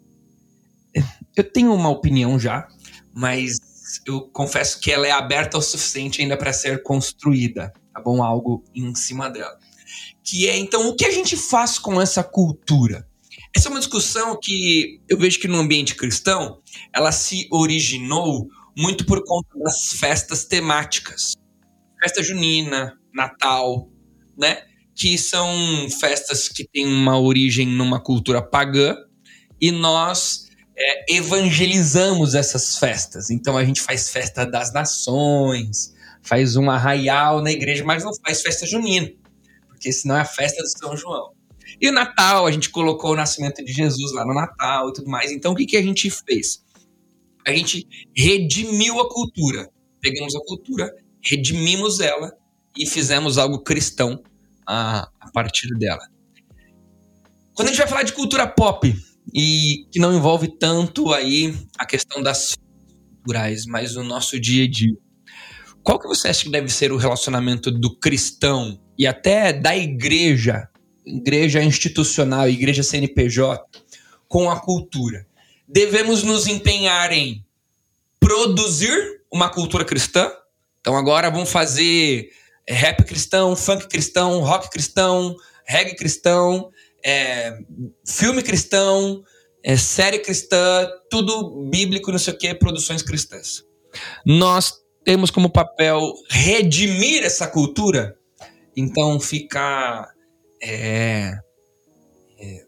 Eu tenho uma opinião já, mas eu confesso que ela é aberta o suficiente ainda para ser construída, tá bom? Algo em cima dela. que é, então, o que a gente faz com essa cultura? Essa é uma discussão que eu vejo que no ambiente cristão, ela se originou muito por conta das festas temáticas. Festa junina, Natal, né? Que são festas que têm uma origem numa cultura pagã e nós é, evangelizamos essas festas. Então a gente faz festa das nações, faz um arraial na igreja, mas não faz festa junina, porque senão é a festa de São João. E o Natal, a gente colocou o nascimento de Jesus lá no Natal e tudo mais. Então, o que, que a gente fez? A gente redimiu a cultura. Pegamos a cultura, redimimos ela e fizemos algo cristão a, a partir dela. Quando a gente vai falar de cultura pop, e que não envolve tanto aí a questão das culturais, mas o nosso dia a dia, qual que você acha que deve ser o relacionamento do cristão e até da igreja, igreja institucional, igreja C N P J, com a cultura? Devemos nos empenhar em produzir uma cultura cristã? Então agora vamos fazer rap cristão, funk cristão, rock cristão, reggae cristão, é, filme cristão, é, série cristã, tudo bíblico, não sei o que, produções cristãs. Nós temos como papel redimir essa cultura, então ficar é, é,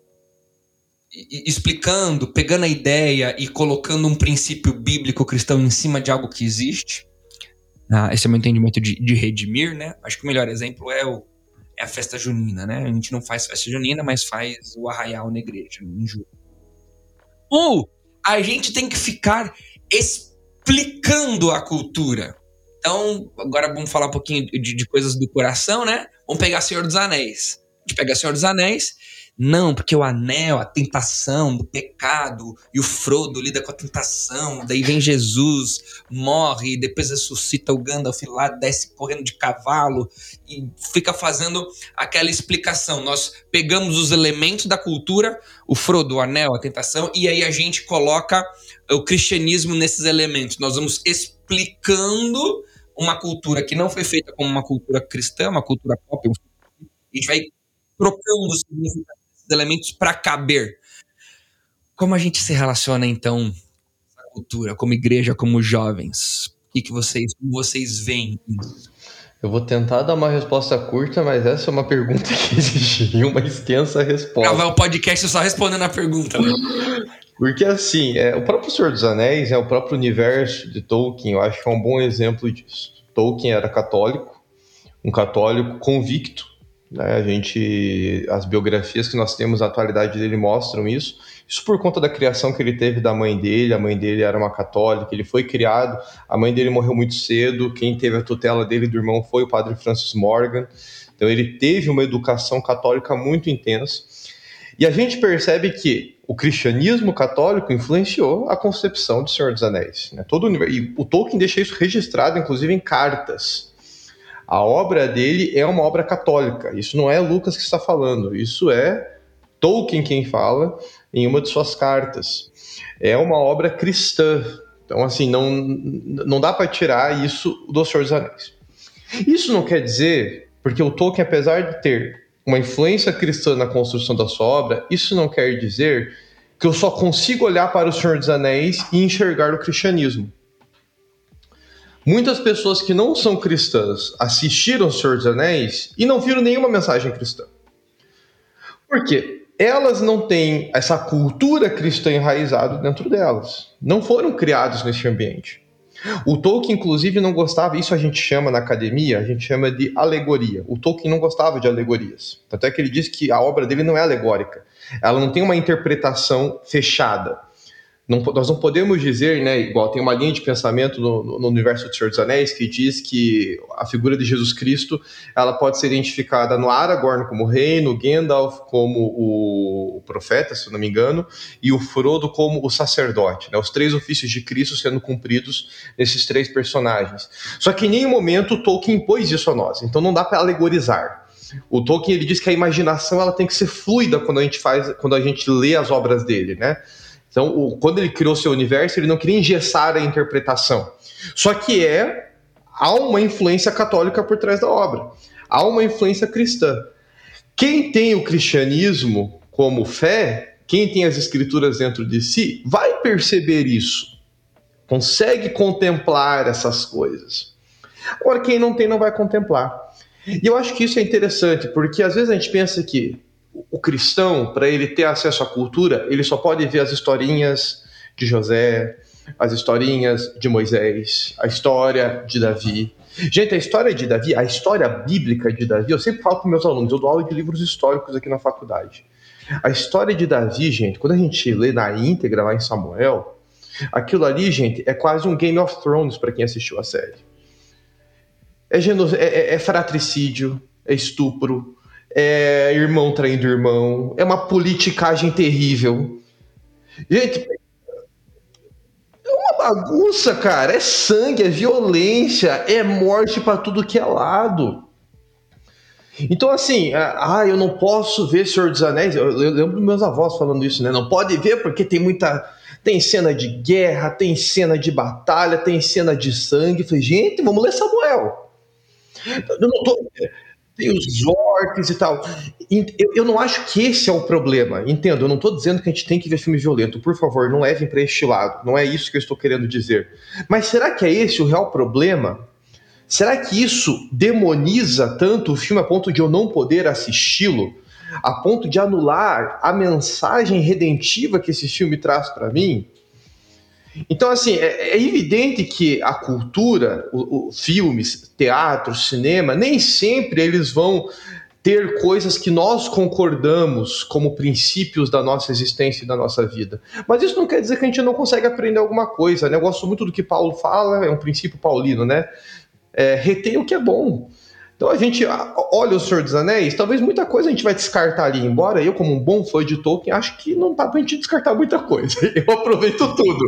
explicando, pegando a ideia e colocando um princípio bíblico cristão em cima de algo que existe. Ah, esse é o meu entendimento de, de redimir, né? Acho que o melhor exemplo é, o, é a festa junina, né? A gente não faz festa junina, mas faz o arraial na igreja, em julho. Ou a gente tem que ficar explicando a cultura. Então, agora vamos falar um pouquinho de, de coisas do coração, né? Vamos pegar Senhor dos Anéis. A gente pega Senhor dos Anéis. Não, porque o anel, a tentação do pecado, e o Frodo lida com a tentação, daí vem Jesus, morre, depois ressuscita o Gandalf lá, desce correndo de cavalo e fica fazendo aquela explicação. Nós pegamos os elementos da cultura, o Frodo, o anel, a tentação, e aí a gente coloca o cristianismo nesses elementos. Nós vamos explicando uma cultura que não foi feita como uma cultura cristã, uma cultura pop, a gente vai trocando os significados elementos para caber. Como a gente se relaciona, então, com a cultura, como igreja, como jovens? O que, que vocês, como vocês veem isso? Eu vou tentar dar uma resposta curta, mas essa é uma pergunta que exigiria uma extensa resposta. Gravar o podcast só respondendo a pergunta, né? Porque, assim, é, o próprio Senhor dos Anéis, é, o próprio universo de Tolkien, eu acho que é um bom exemplo disso. Tolkien era católico, um católico convicto, né? A gente, as biografias que nós temos na atualidade dele mostram isso. Isso por conta da criação que ele teve da mãe dele. A mãe dele era uma católica, ele foi criado, a mãe dele morreu muito cedo, quem teve a tutela dele e do irmão foi o padre Francis Morgan. Então ele teve uma educação católica muito intensa. E a gente percebe que o cristianismo católico influenciou a concepção do Senhor dos Anéis, né? Todo o universo, e o Tolkien deixa isso registrado, inclusive, em cartas. A obra dele é uma obra católica. Isso não é Lucas que está falando. Isso é Tolkien quem fala em uma de suas cartas. É uma obra cristã. Então, assim, não, não dá para tirar isso do Senhor dos Anéis. Isso não quer dizer, porque o Tolkien, apesar de ter uma influência cristã na construção da sua obra, isso não quer dizer que eu só consigo olhar para o Senhor dos Anéis e enxergar o cristianismo. Muitas pessoas que não são cristãs assistiram o Senhor dos Anéis e não viram nenhuma mensagem cristã. Por quê? Elas não têm essa cultura cristã enraizada dentro delas. Não foram criados nesse ambiente. O Tolkien, inclusive, não gostava, isso a gente chama na academia, a gente chama de alegoria. O Tolkien não gostava de alegorias. Tanto é que ele diz que a obra dele não é alegórica. Ela não tem uma interpretação fechada. Não, nós não podemos dizer, né, igual tem uma linha de pensamento no, no universo do Senhor dos Anéis que diz que a figura de Jesus Cristo ela pode ser identificada no Aragorn como rei, no Gandalf como o, o profeta, se não me engano, e o Frodo como o sacerdote, né, os três ofícios de Cristo sendo cumpridos nesses três personagens. Só que em nenhum momento o Tolkien impôs isso a nós, então não dá para alegorizar. O Tolkien ele diz que a imaginação ela tem que ser fluida quando a gente faz, quando a gente lê as obras dele, né? Então, o, quando ele criou seu universo, ele não queria engessar a interpretação. Só que é, há uma influência católica por trás da obra. Há uma influência cristã. Quem tem o cristianismo como fé, quem tem as escrituras dentro de si, vai perceber isso. Consegue contemplar essas coisas. Agora, quem não tem, não vai contemplar. E eu acho que isso é interessante, porque às vezes a gente pensa que o cristão, para ele ter acesso à cultura, ele só pode ver as historinhas de José, as historinhas de Moisés, a história de Davi. Gente, a história de Davi, a história bíblica de Davi, eu sempre falo para meus alunos, eu dou aula de livros históricos aqui na faculdade. A história de Davi, gente, quando a gente lê na íntegra lá em Samuel, aquilo ali, gente, é quase um Game of Thrones para quem assistiu a série. É, geno... é, é fratricídio, é estupro, é irmão traindo irmão, é uma politicagem terrível. Gente, é uma bagunça, cara. É sangue, é violência, é morte pra tudo que é lado. Então, assim, ah, eu não posso ver Senhor dos Anéis. Eu lembro dos meus avós falando isso, né? Não pode ver porque tem muita... Tem cena de guerra, tem cena de batalha, tem cena de sangue. Eu falei, gente, vamos ler Samuel. Eu não tô... Tem os orcs e tal. Eu, eu não acho que esse é o problema. Entendo, eu não estou dizendo que a gente tem que ver filme violento. Por favor, não levem para este lado. Não é isso que eu estou querendo dizer. Mas será que é esse o real problema? Será que isso demoniza tanto o filme a ponto de eu não poder assisti-lo? A ponto de anular a mensagem redentiva que esse filme traz para mim? Então, assim, é, é evidente que a cultura, o, o, filmes, teatro, cinema, nem sempre eles vão ter coisas que nós concordamos como princípios da nossa existência e da nossa vida. Mas isso não quer dizer que a gente não consegue aprender alguma coisa, né? Eu gosto muito do que Paulo fala, é um princípio paulino, né? É, retém o que é bom. Então a gente olha o Senhor dos Anéis, talvez muita coisa a gente vai descartar ali, embora eu, como um bom fã de Tolkien, acho que não dá pra gente descartar muita coisa. Eu aproveito tudo.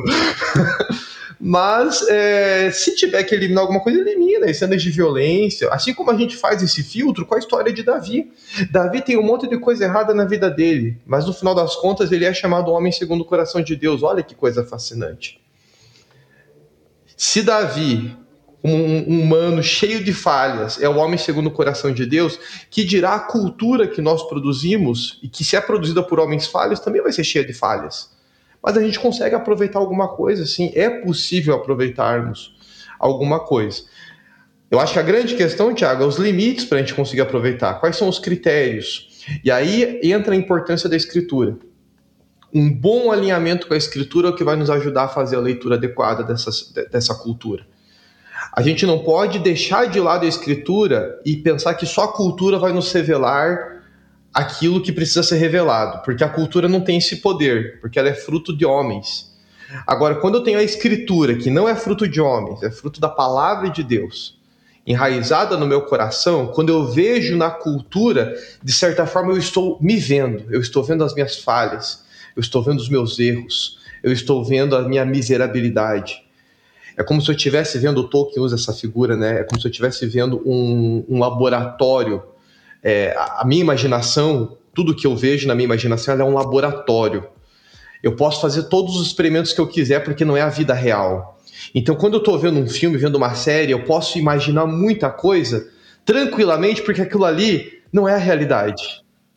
Mas é, se tiver que eliminar alguma coisa, elimina as cenas de violência. Assim como a gente faz esse filtro com a história de Davi. Davi tem um monte de coisa errada na vida dele, mas no final das contas ele é chamado homem segundo o coração de Deus. Olha que coisa fascinante. Se Davi... Um, um humano cheio de falhas, é o homem segundo o coração de Deus, que dirá a cultura que nós produzimos, e que se é produzida por homens falhos, também vai ser cheia de falhas. Mas a gente consegue aproveitar alguma coisa, sim, é possível aproveitarmos alguma coisa. Eu acho que a grande questão, Thiago, é os limites para a gente conseguir aproveitar. Quais são os critérios? E aí entra a importância da escritura. Um bom alinhamento com a escritura é o que vai nos ajudar a fazer a leitura adequada dessa, dessa cultura. A gente não pode deixar de lado a escritura e pensar que só a cultura vai nos revelar aquilo que precisa ser revelado, porque a cultura não tem esse poder, porque ela é fruto de homens. Agora, quando eu tenho a escritura, que não é fruto de homens, é fruto da palavra de Deus, enraizada no meu coração, quando eu vejo na cultura, de certa forma eu estou me vendo, eu estou vendo as minhas falhas, eu estou vendo os meus erros, eu estou vendo a minha miserabilidade. É como se eu estivesse vendo, o Tolkien usa essa figura, né? É como se eu estivesse vendo um, um laboratório. É, a, a minha imaginação, tudo que eu vejo na minha imaginação, ela é um laboratório. Eu posso fazer todos os experimentos que eu quiser, porque não é a vida real. Então, quando eu estou vendo um filme, vendo uma série, eu posso imaginar muita coisa tranquilamente, porque aquilo ali não é a realidade.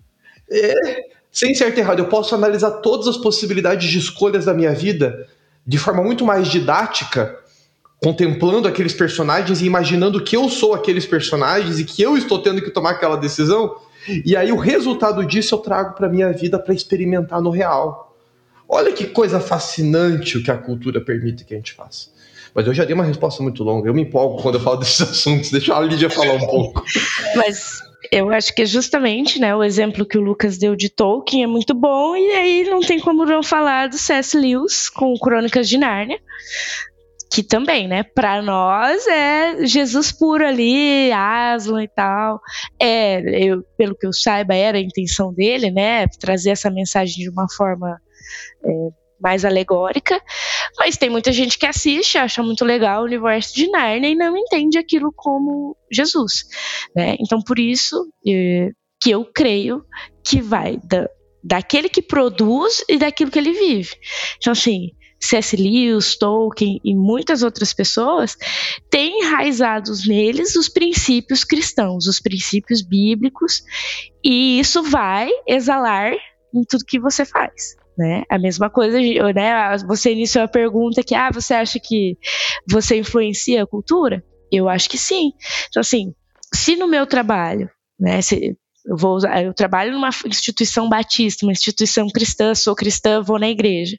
É, sem ser errado, eu posso analisar todas as possibilidades de escolhas da minha vida de forma muito mais didática, contemplando aqueles personagens e imaginando que eu sou aqueles personagens e que eu estou tendo que tomar aquela decisão, e aí o resultado disso eu trago para a minha vida para experimentar no real. Olha que coisa fascinante o que a cultura permite que a gente faça. Mas eu já dei uma resposta muito longa, eu me empolgo quando eu falo desses assuntos, deixa a Lídia falar um pouco. Mas eu acho que justamente, né, o exemplo que o Lucas deu de Tolkien é muito bom, e aí não tem como não falar do C S Lewis com Crônicas de Nárnia, que também, né, pra nós é Jesus puro ali, Aslan e tal. É, eu, pelo que eu saiba, era a intenção dele, né, trazer essa mensagem de uma forma é, mais alegórica, mas tem muita gente que assiste, acha muito legal o universo de Nárnia e não entende aquilo como Jesus, né, então por isso é, que eu creio que vai da, daquele que produz e daquilo que ele vive. Então assim, C S. Lewis, Tolkien e muitas outras pessoas têm enraizados neles os princípios cristãos, os princípios bíblicos, e isso vai exalar em tudo que você faz. Né? A mesma coisa, né? Você iniciou a pergunta que, ah, você acha que você influencia a cultura? Eu acho que sim. Então, assim, se no meu trabalho, né, se eu, vou usar, eu trabalho numa instituição batista, uma instituição cristã, sou cristã, vou na igreja,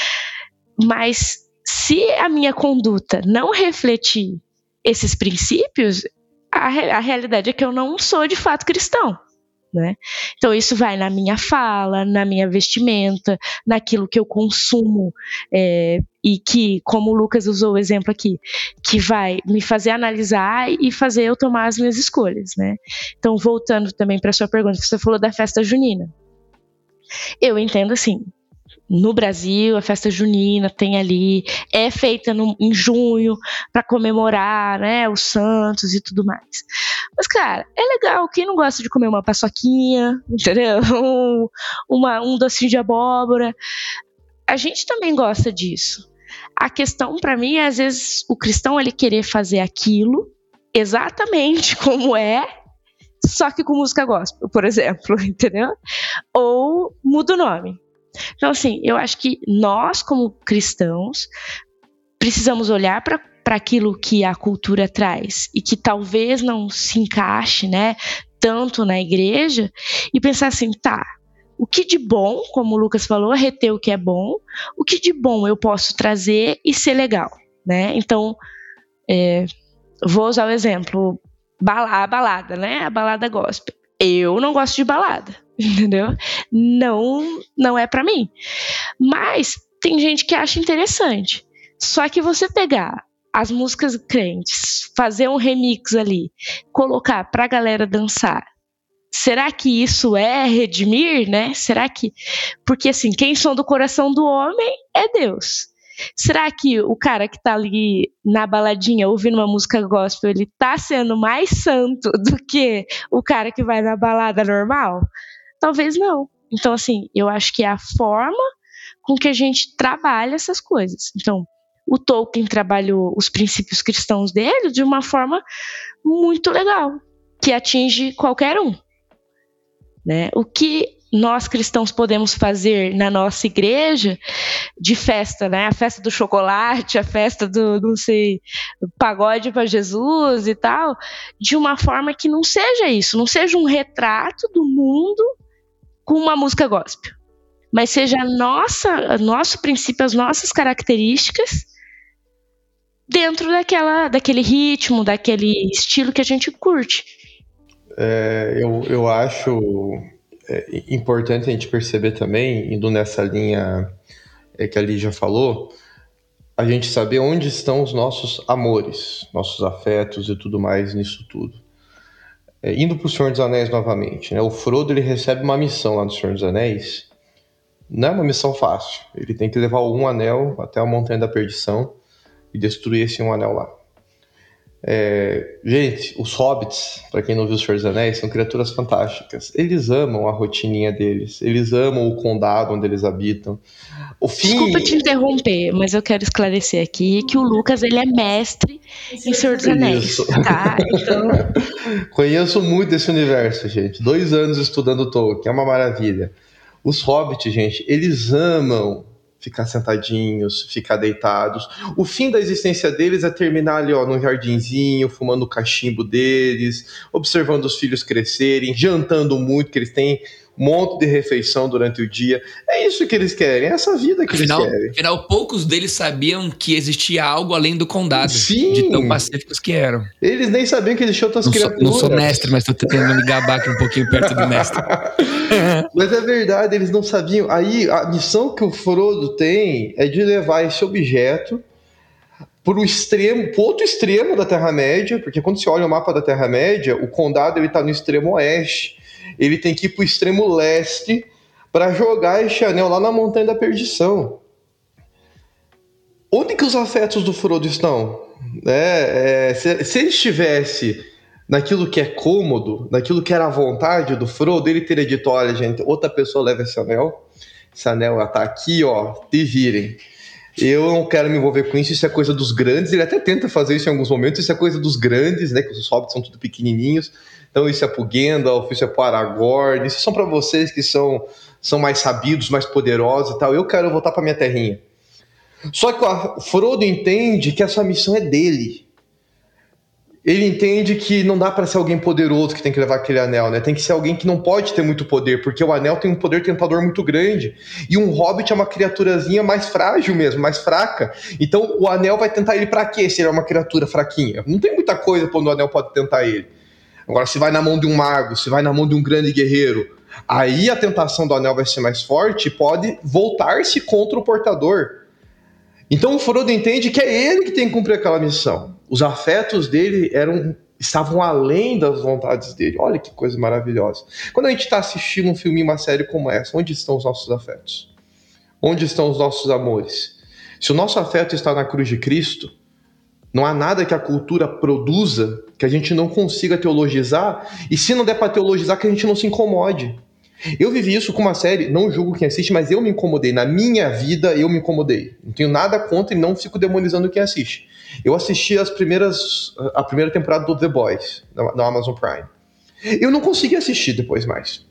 mas se a minha conduta não refletir esses princípios, a, a realidade é que eu não sou de fato cristão. Né? Então isso vai na minha fala, na minha vestimenta, naquilo que eu consumo, é, e que, como o Lucas usou o exemplo aqui, que vai me fazer analisar e fazer eu tomar as minhas escolhas, né? Então, voltando também para a sua pergunta, você falou da festa junina. Eu entendo assim, no Brasil, a festa junina tem ali, é feita no, em junho para comemorar, né, os santos e tudo mais. Mas, cara, é legal. Quem não gosta de comer uma paçoquinha, entendeu? Um, uma, um docinho de abóbora. A gente também gosta disso. A questão, para mim, é, às vezes, o cristão ele querer fazer aquilo exatamente como é, só que com música gospel, por exemplo, entendeu? Ou muda o nome. Então, assim, eu acho que nós, como cristãos, precisamos olhar para para aquilo que a cultura traz e que talvez não se encaixe, né, tanto na igreja, e pensar assim, tá, o que de bom, como o Lucas falou, reter o que é bom, o que de bom eu posso trazer e ser legal, né? Então, é, vou usar o exemplo, a balada, né, a balada gospel. Eu não gosto de balada, entendeu? Não, não é para mim. Mas tem gente que acha interessante. Só que você pegar as músicas crentes, fazer um remix ali, colocar pra galera dançar, será que isso é redimir, né? Será que... Porque assim, quem sonda o coração do homem é Deus. Será que o cara que tá ali na baladinha ouvindo uma música gospel, ele tá sendo mais santo do que o cara que vai na balada normal? Talvez não. Então assim, eu acho que é a forma com que a gente trabalha essas coisas. Então, o Tolkien trabalhou os princípios cristãos dele de uma forma muito legal, que atinge qualquer um. Né? O que nós cristãos podemos fazer na nossa igreja de festa, né? A festa do chocolate, a festa do, não sei, pagode para Jesus e tal, de uma forma que não seja isso, não seja um retrato do mundo com uma música gospel, mas seja a nossa, nosso princípio, as nossas características dentro daquela, daquele ritmo, daquele estilo que a gente curte. É, eu, eu acho é, importante a gente perceber também, indo nessa linha é, que a Lígia falou, a gente saber onde estão os nossos amores, nossos afetos e tudo mais nisso tudo. É, indo para o Senhor dos Anéis novamente, né? O Frodo ele recebe uma missão lá no Senhor dos Anéis. Não é uma missão fácil. Ele tem que levar um anel até a Montanha da Perdição e destruir esse um anel lá. É, gente, os hobbits, para quem não viu o Senhor dos Anéis, são criaturas fantásticas. Eles amam a rotininha deles, eles amam o condado onde eles habitam. O fim... Desculpa te interromper, mas eu quero esclarecer aqui que o Lucas ele é mestre em Senhor dos Anéis. Isso. Tá? Então... Conheço muito esse universo, gente. Dois anos estudando Tolkien, é uma maravilha. Os hobbits, gente, eles amam ficar sentadinhos, ficar deitados. O fim da existência deles é terminar ali, ó, num jardinzinho, fumando o cachimbo deles, observando os filhos crescerem, jantando muito, que eles têm um monte de refeição durante o dia. É isso que eles querem, é essa vida que afinal, eles querem. Afinal, poucos deles sabiam que existia algo além do condado. Sim. De tão pacíficos que eram. Eles nem sabiam que existiam outras não criaturas. Sou, não sou mestre, mas tô tentando me gabar aqui um pouquinho perto do mestre. Mas é verdade, eles não sabiam. Aí a missão que o Frodo tem é de levar esse objeto pro extremo, pro outro extremo da Terra-média, porque quando você olha o mapa da Terra-média, o condado ele tá no extremo oeste. Ele tem que ir pro extremo leste para jogar este anel lá na Montanha da Perdição. Onde que os afetos do Frodo estão? É, é, se, se ele estivesse naquilo que é cômodo, naquilo que era a vontade do Frodo, ele teria dito, olha, gente, outra pessoa leva esse anel, esse anel tá aqui, ó, te virem. Eu não quero me envolver com isso, isso é coisa dos grandes. Ele até tenta fazer isso em alguns momentos, isso é coisa dos grandes, né? Que os hobbits são tudo pequenininhos. Então isso é pro Gandalf, isso é pro Aragorn, isso são para vocês que são, são mais sabidos, mais poderosos e tal. Eu quero voltar pra minha terrinha. Só que o Frodo entende que essa missão é dele. Ele entende que não dá para ser alguém poderoso que tem que levar aquele anel, né? Tem que ser alguém que não pode ter muito poder, porque o anel tem um poder tentador muito grande. E um hobbit é uma criaturazinha mais frágil mesmo, mais fraca. Então o anel vai tentar ele para quê se ele é uma criatura fraquinha? Não tem muita coisa quando o anel pode tentar ele. Agora, se vai na mão de um mago, se vai na mão de um grande guerreiro, aí a tentação do anel vai ser mais forte e pode voltar-se contra o portador. Então o Frodo entende que é ele que tem que cumprir aquela missão. Os afetos dele eram, estavam além das vontades dele. Olha que coisa maravilhosa. Quando a gente está assistindo um filme, uma série como essa, onde estão os nossos afetos? Onde estão os nossos amores? Se o nosso afeto está na cruz de Cristo, não há nada que a cultura produza que a gente não consiga teologizar, e se não der para teologizar, que a gente não se incomode. Eu vivi isso com uma série, não julgo quem assiste, mas eu me incomodei. Na minha vida, eu me incomodei. Não tenho nada contra e não fico demonizando quem assiste. Eu assisti as primeiras, a primeira temporada do The Boys, na Amazon Prime. Eu não consegui assistir depois mais.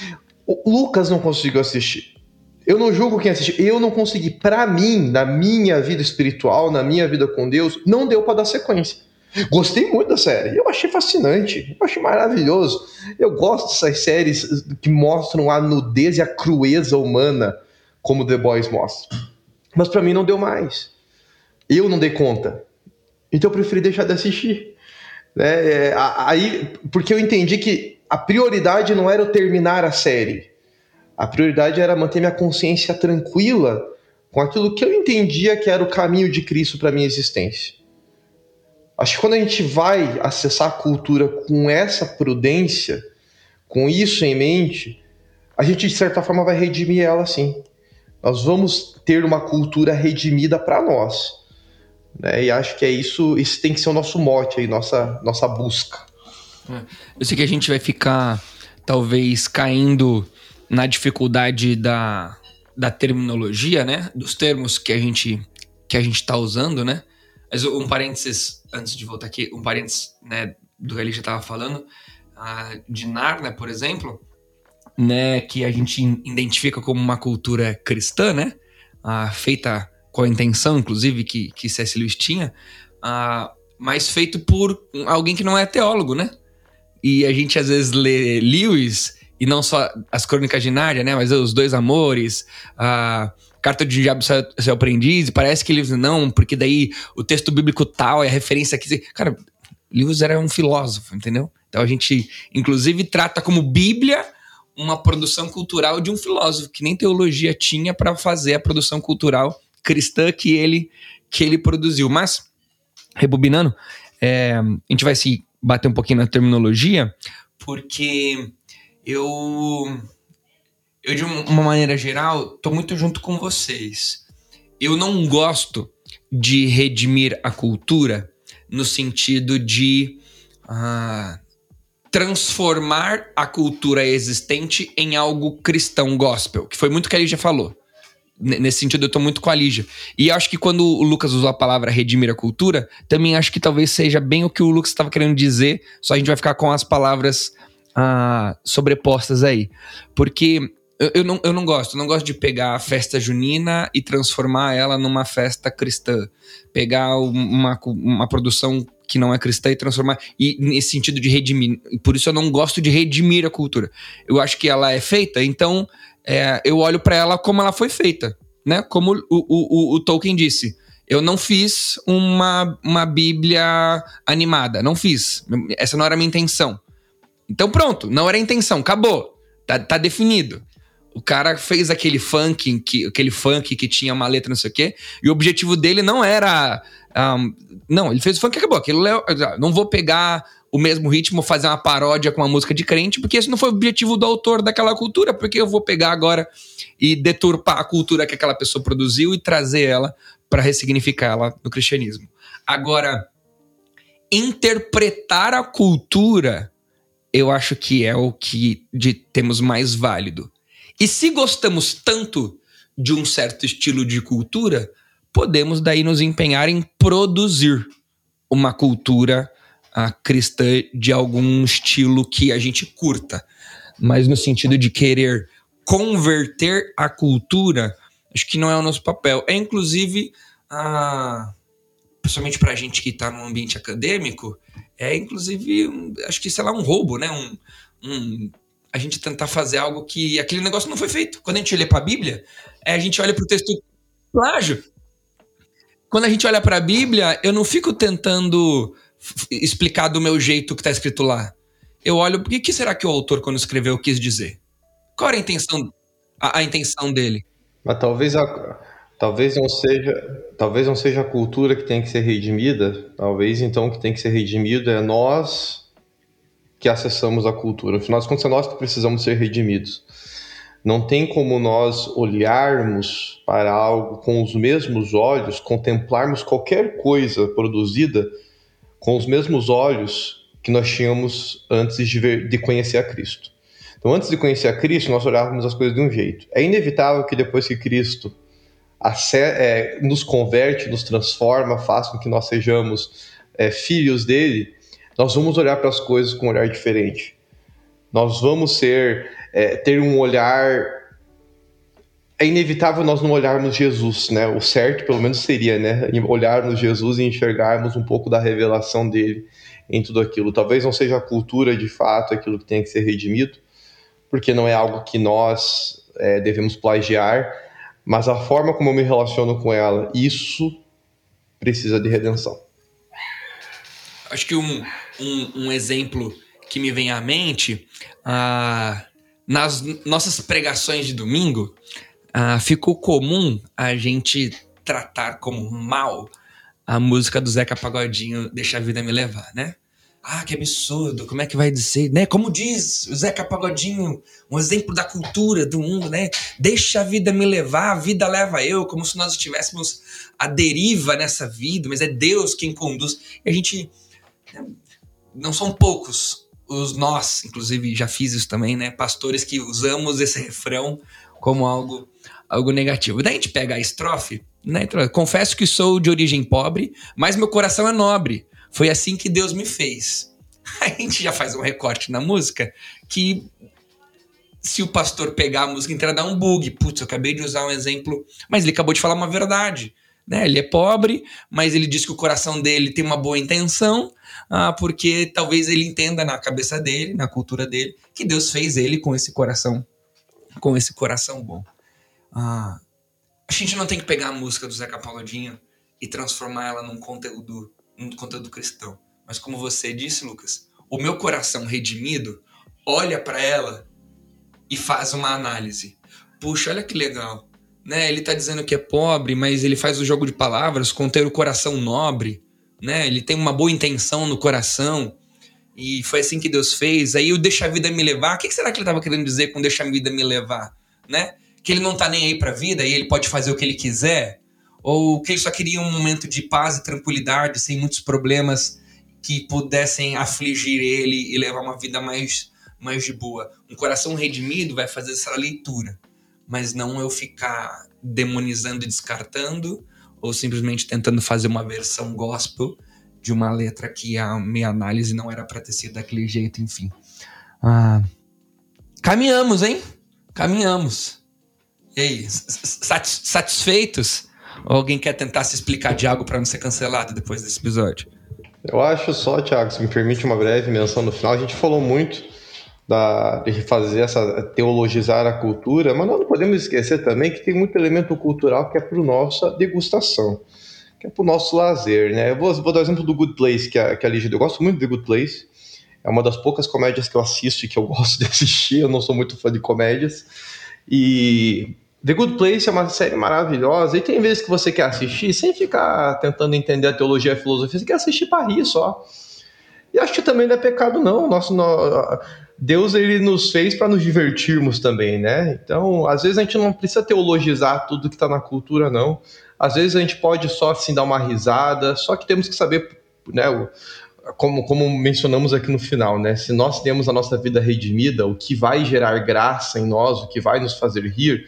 O Lucas não conseguiu assistir. Eu não julgo quem assiste. Eu não consegui. Pra mim, na minha vida espiritual, na minha vida com Deus, não deu pra dar sequência. Gostei muito da série, eu achei fascinante, eu achei maravilhoso. Eu gosto dessas séries que mostram a nudez e a crueza humana, como The Boys mostra. Mas pra mim não deu mais. Eu não dei conta. Então eu preferi deixar de assistir. É, aí, porque eu entendi que a prioridade não era eu terminar a série. A prioridade era manter minha consciência tranquila com aquilo que eu entendia que era o caminho de Cristo para minha existência. Acho que quando a gente vai acessar a cultura com essa prudência, com isso em mente, a gente, de certa forma, vai redimir ela sim. Nós vamos ter uma cultura redimida para nós. Né? E acho que é isso, isso tem que ser o nosso mote, aí, nossa, nossa busca. Eu sei que a gente vai ficar, talvez, caindo na dificuldade da, da terminologia, né? Dos termos que a gente que a gente está usando, né? Mas um parênteses, antes de voltar aqui, um parênteses, né, do que ele já estava falando, uh, de Nárnia, por exemplo, né, que a gente identifica como uma cultura cristã, né, uh, feita com a intenção, inclusive, que, que C S Lewis tinha, uh, mas feito por alguém que não é teólogo, né? E a gente às vezes lê Lewis, e não só as Crônicas de Nárnia, né, mas os Dois Amores, a uh, Carta de Diabo e Seu Aprendiz, e parece que Lewis não, porque daí o texto bíblico tal é a referência aqui. Cara, Lewis era um filósofo, entendeu? Então a gente, inclusive, trata como Bíblia uma produção cultural de um filósofo, que nem teologia tinha para fazer a produção cultural cristã que ele, que ele produziu. Mas, rebobinando, é, a gente vai se bater um pouquinho na terminologia, porque eu... Eu, de uma maneira geral, tô muito junto com vocês. Eu não gosto de redimir a cultura no sentido de uh, transformar a cultura existente em algo cristão gospel, que foi muito o que a Lígia falou. Nesse sentido, eu tô muito com a Lígia. E acho que quando o Lucas usou a palavra redimir a cultura, também acho que talvez seja bem o que o Lucas estava querendo dizer, só a gente vai ficar com as palavras uh, sobrepostas aí. Porque... Eu, eu, não, eu não gosto, não gosto de pegar a festa junina e transformar ela numa festa cristã. Pegar uma, uma produção que não é cristã e transformar, e nesse sentido de redimir. Por isso eu não gosto de redimir a cultura. Eu acho que ela é feita, então é, eu olho pra ela como ela foi feita, né? Como o, o, o, o Tolkien disse. Eu não fiz uma, uma Bíblia animada, não fiz. Essa não era a minha intenção. Então pronto, não era a intenção, acabou. Tá, tá definido. O cara fez aquele funk, que, aquele funk que tinha uma letra não sei o quê, e o objetivo dele não era... Um, não, ele fez o funk e acabou. Aquilo, não vou pegar o mesmo ritmo, fazer uma paródia com uma música de crente, porque esse não foi o objetivo do autor daquela cultura, porque eu vou pegar agora e deturpar a cultura que aquela pessoa produziu e trazer ela para ressignificar ela no cristianismo. Agora, interpretar a cultura, eu acho que é o que de, temos mais válido. E se gostamos tanto de um certo estilo de cultura, podemos daí nos empenhar em produzir uma cultura uh, cristã de algum estilo que a gente curta. Mas no sentido de querer converter a cultura, acho que não é o nosso papel. É inclusive, uh, principalmente pra gente que tá num ambiente acadêmico, é inclusive, um, acho que, sei lá, um roubo, né? Um, um, a gente tentar fazer algo que aquele negócio não foi feito. Quando a gente olha pra Bíblia, é, a gente olha pro texto plágio. Quando a gente olha pra Bíblia, eu não fico tentando f- explicar do meu jeito o que tá escrito lá. Eu olho, o que, que será que o autor, quando escreveu, quis dizer? Qual era a intenção, a, a intenção dele? Mas talvez, a, talvez, não seja, talvez não seja a cultura que tem que ser redimida, talvez então o que tem que ser redimido é nós que acessamos a cultura. No final das contas, é nós que precisamos ser redimidos. Não tem como nós olharmos para algo com os mesmos olhos, contemplarmos qualquer coisa produzida com os mesmos olhos que nós tínhamos antes de, ver, de conhecer a Cristo. Então, antes de conhecer a Cristo, nós olhávamos as coisas de um jeito. É inevitável que depois que Cristo é, nos converte, nos transforma, faz com que nós sejamos é, filhos dele, nós vamos olhar para as coisas com um olhar diferente. Nós vamos ser, é, ter um olhar... É inevitável nós não olharmos Jesus, né? O certo, pelo menos, seria, né? Olharmos Jesus e enxergarmos um pouco da revelação dele em tudo aquilo. Talvez não seja a cultura, de fato, aquilo que tem que ser redimido, porque não é algo que nós é, devemos plagiar, mas a forma como eu me relaciono com ela, isso precisa de redenção. Acho que um, um, um exemplo que me vem à mente, ah, nas nossas pregações de domingo, ah, ficou comum a gente tratar como mal a música do Zeca Pagodinho, Deixa a Vida Me Levar, né? Ah, que absurdo, como é que vai dizer, né? Como diz o Zeca Pagodinho, um exemplo da cultura do mundo, né? Deixa a vida me levar, a vida leva eu, como se nós estivéssemos à deriva nessa vida, mas é Deus quem conduz. E a gente, não são poucos os nós, inclusive já fiz isso também, né? Pastores que usamos esse refrão como algo, algo negativo. Daí a gente pega a estrofe, né? Confesso que sou de origem pobre, mas meu coração é nobre. Foi assim que Deus me fez. A gente já faz um recorte na música que, se o pastor pegar a música inteira, dá um bug. Putz, eu acabei de usar um exemplo, mas ele acabou de falar uma verdade, né? Ele é pobre, mas ele diz que o coração dele tem uma boa intenção, ah, porque talvez ele entenda na cabeça dele, na cultura dele, que Deus fez ele com esse coração, com esse coração bom. Ah, a gente não tem que pegar a música do Zeca Pagodinho e transformar ela num conteúdo um conteúdo cristão. Mas como você disse, Lucas, o meu coração redimido olha para ela e faz uma análise. Puxa, olha que legal, né? Ele tá dizendo que é pobre, mas ele faz o jogo de palavras com ter o coração nobre, né? Ele tem uma boa intenção no coração e foi assim que Deus fez. Aí o deixa a vida me levar, o que será que ele tava querendo dizer com deixa a vida me levar, né? Que ele não tá nem aí pra vida e ele pode fazer o que ele quiser? Ou que ele só queria um momento de paz e tranquilidade, sem muitos problemas que pudessem afligir ele e levar uma vida mais, mais de boa. Um coração redimido vai fazer essa leitura, mas não eu ficar demonizando e descartando, ou simplesmente tentando fazer uma versão gospel de uma letra que a minha análise não era para ter sido daquele jeito, enfim. Ah, caminhamos, hein? Caminhamos. E aí, satisfeitos? Ou alguém quer tentar se explicar de algo para não ser cancelado depois desse episódio? Eu acho só, Thiago, se me permite uma breve menção no final, a gente falou muito da, de fazer essa, teologizar a cultura, mas nós não podemos esquecer também que tem muito elemento cultural que é para nossa degustação, que é para o nosso lazer, né? Eu vou, vou dar o exemplo do Good Place, que a, que a Lígia deu. Eu gosto muito de Good Place, é uma das poucas comédias que eu assisto e que eu gosto de assistir, eu não sou muito fã de comédias, e... The Good Place é uma série maravilhosa e tem vezes que você quer assistir sem ficar tentando entender a teologia e a filosofia, você quer assistir para rir só. E acho que também não é pecado não. Nosso, no... Deus ele nos fez para nos divertirmos também, né? Então, às vezes a gente não precisa teologizar tudo que está na cultura, não. Às vezes a gente pode só assim dar uma risada, só que temos que saber, né, como, como mencionamos aqui no final, né? Se nós temos a nossa vida redimida, o que vai gerar graça em nós, o que vai nos fazer rir,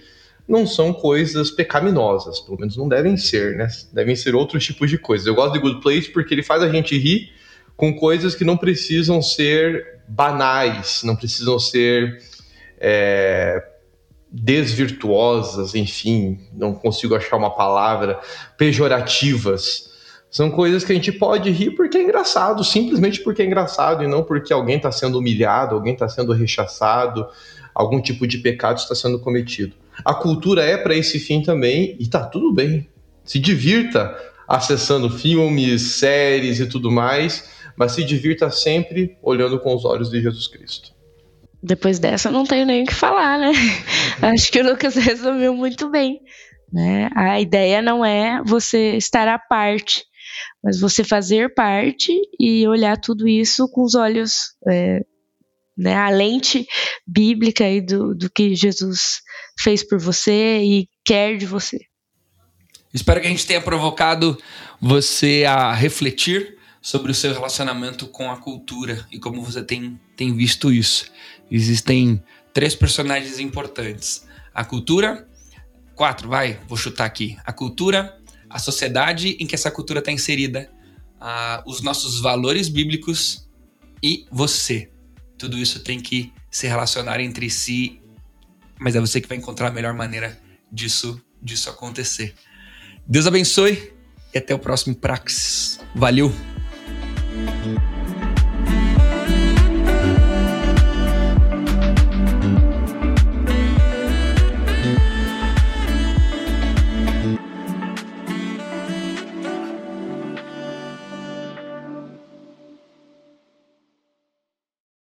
não são coisas pecaminosas, pelo menos não devem ser, né? Devem ser outros tipos de coisas. Eu gosto de Good Place porque ele faz a gente rir com coisas que não precisam ser banais, não precisam ser é, desvirtuosas, enfim, não consigo achar uma palavra, pejorativas. São coisas que a gente pode rir porque é engraçado, simplesmente porque é engraçado e não porque alguém está sendo humilhado, alguém está sendo rechaçado, algum tipo de pecado está sendo cometido. A cultura é para esse fim também e tá tudo bem. Se divirta acessando filmes, séries e tudo mais, mas se divirta sempre olhando com os olhos de Jesus Cristo. Depois dessa eu não tenho nem o que falar, né? Acho que o Lucas resumiu muito bem, né? A ideia não é você estar à parte, mas você fazer parte e olhar tudo isso com os olhos, é, né, a lente bíblica aí do, do que Jesus fez por você e quer de você. Espero que a gente tenha provocado você a refletir sobre o seu relacionamento com a cultura e como você tem, tem visto isso. Existem três personagens importantes. A cultura, quatro, vai, vou chutar aqui. A cultura, a sociedade em que essa cultura está inserida, a, os nossos valores bíblicos e você. Tudo isso tem que se relacionar entre si, mas é você que vai encontrar a melhor maneira disso, disso acontecer. Deus abençoe e até o próximo Praxis. Valeu!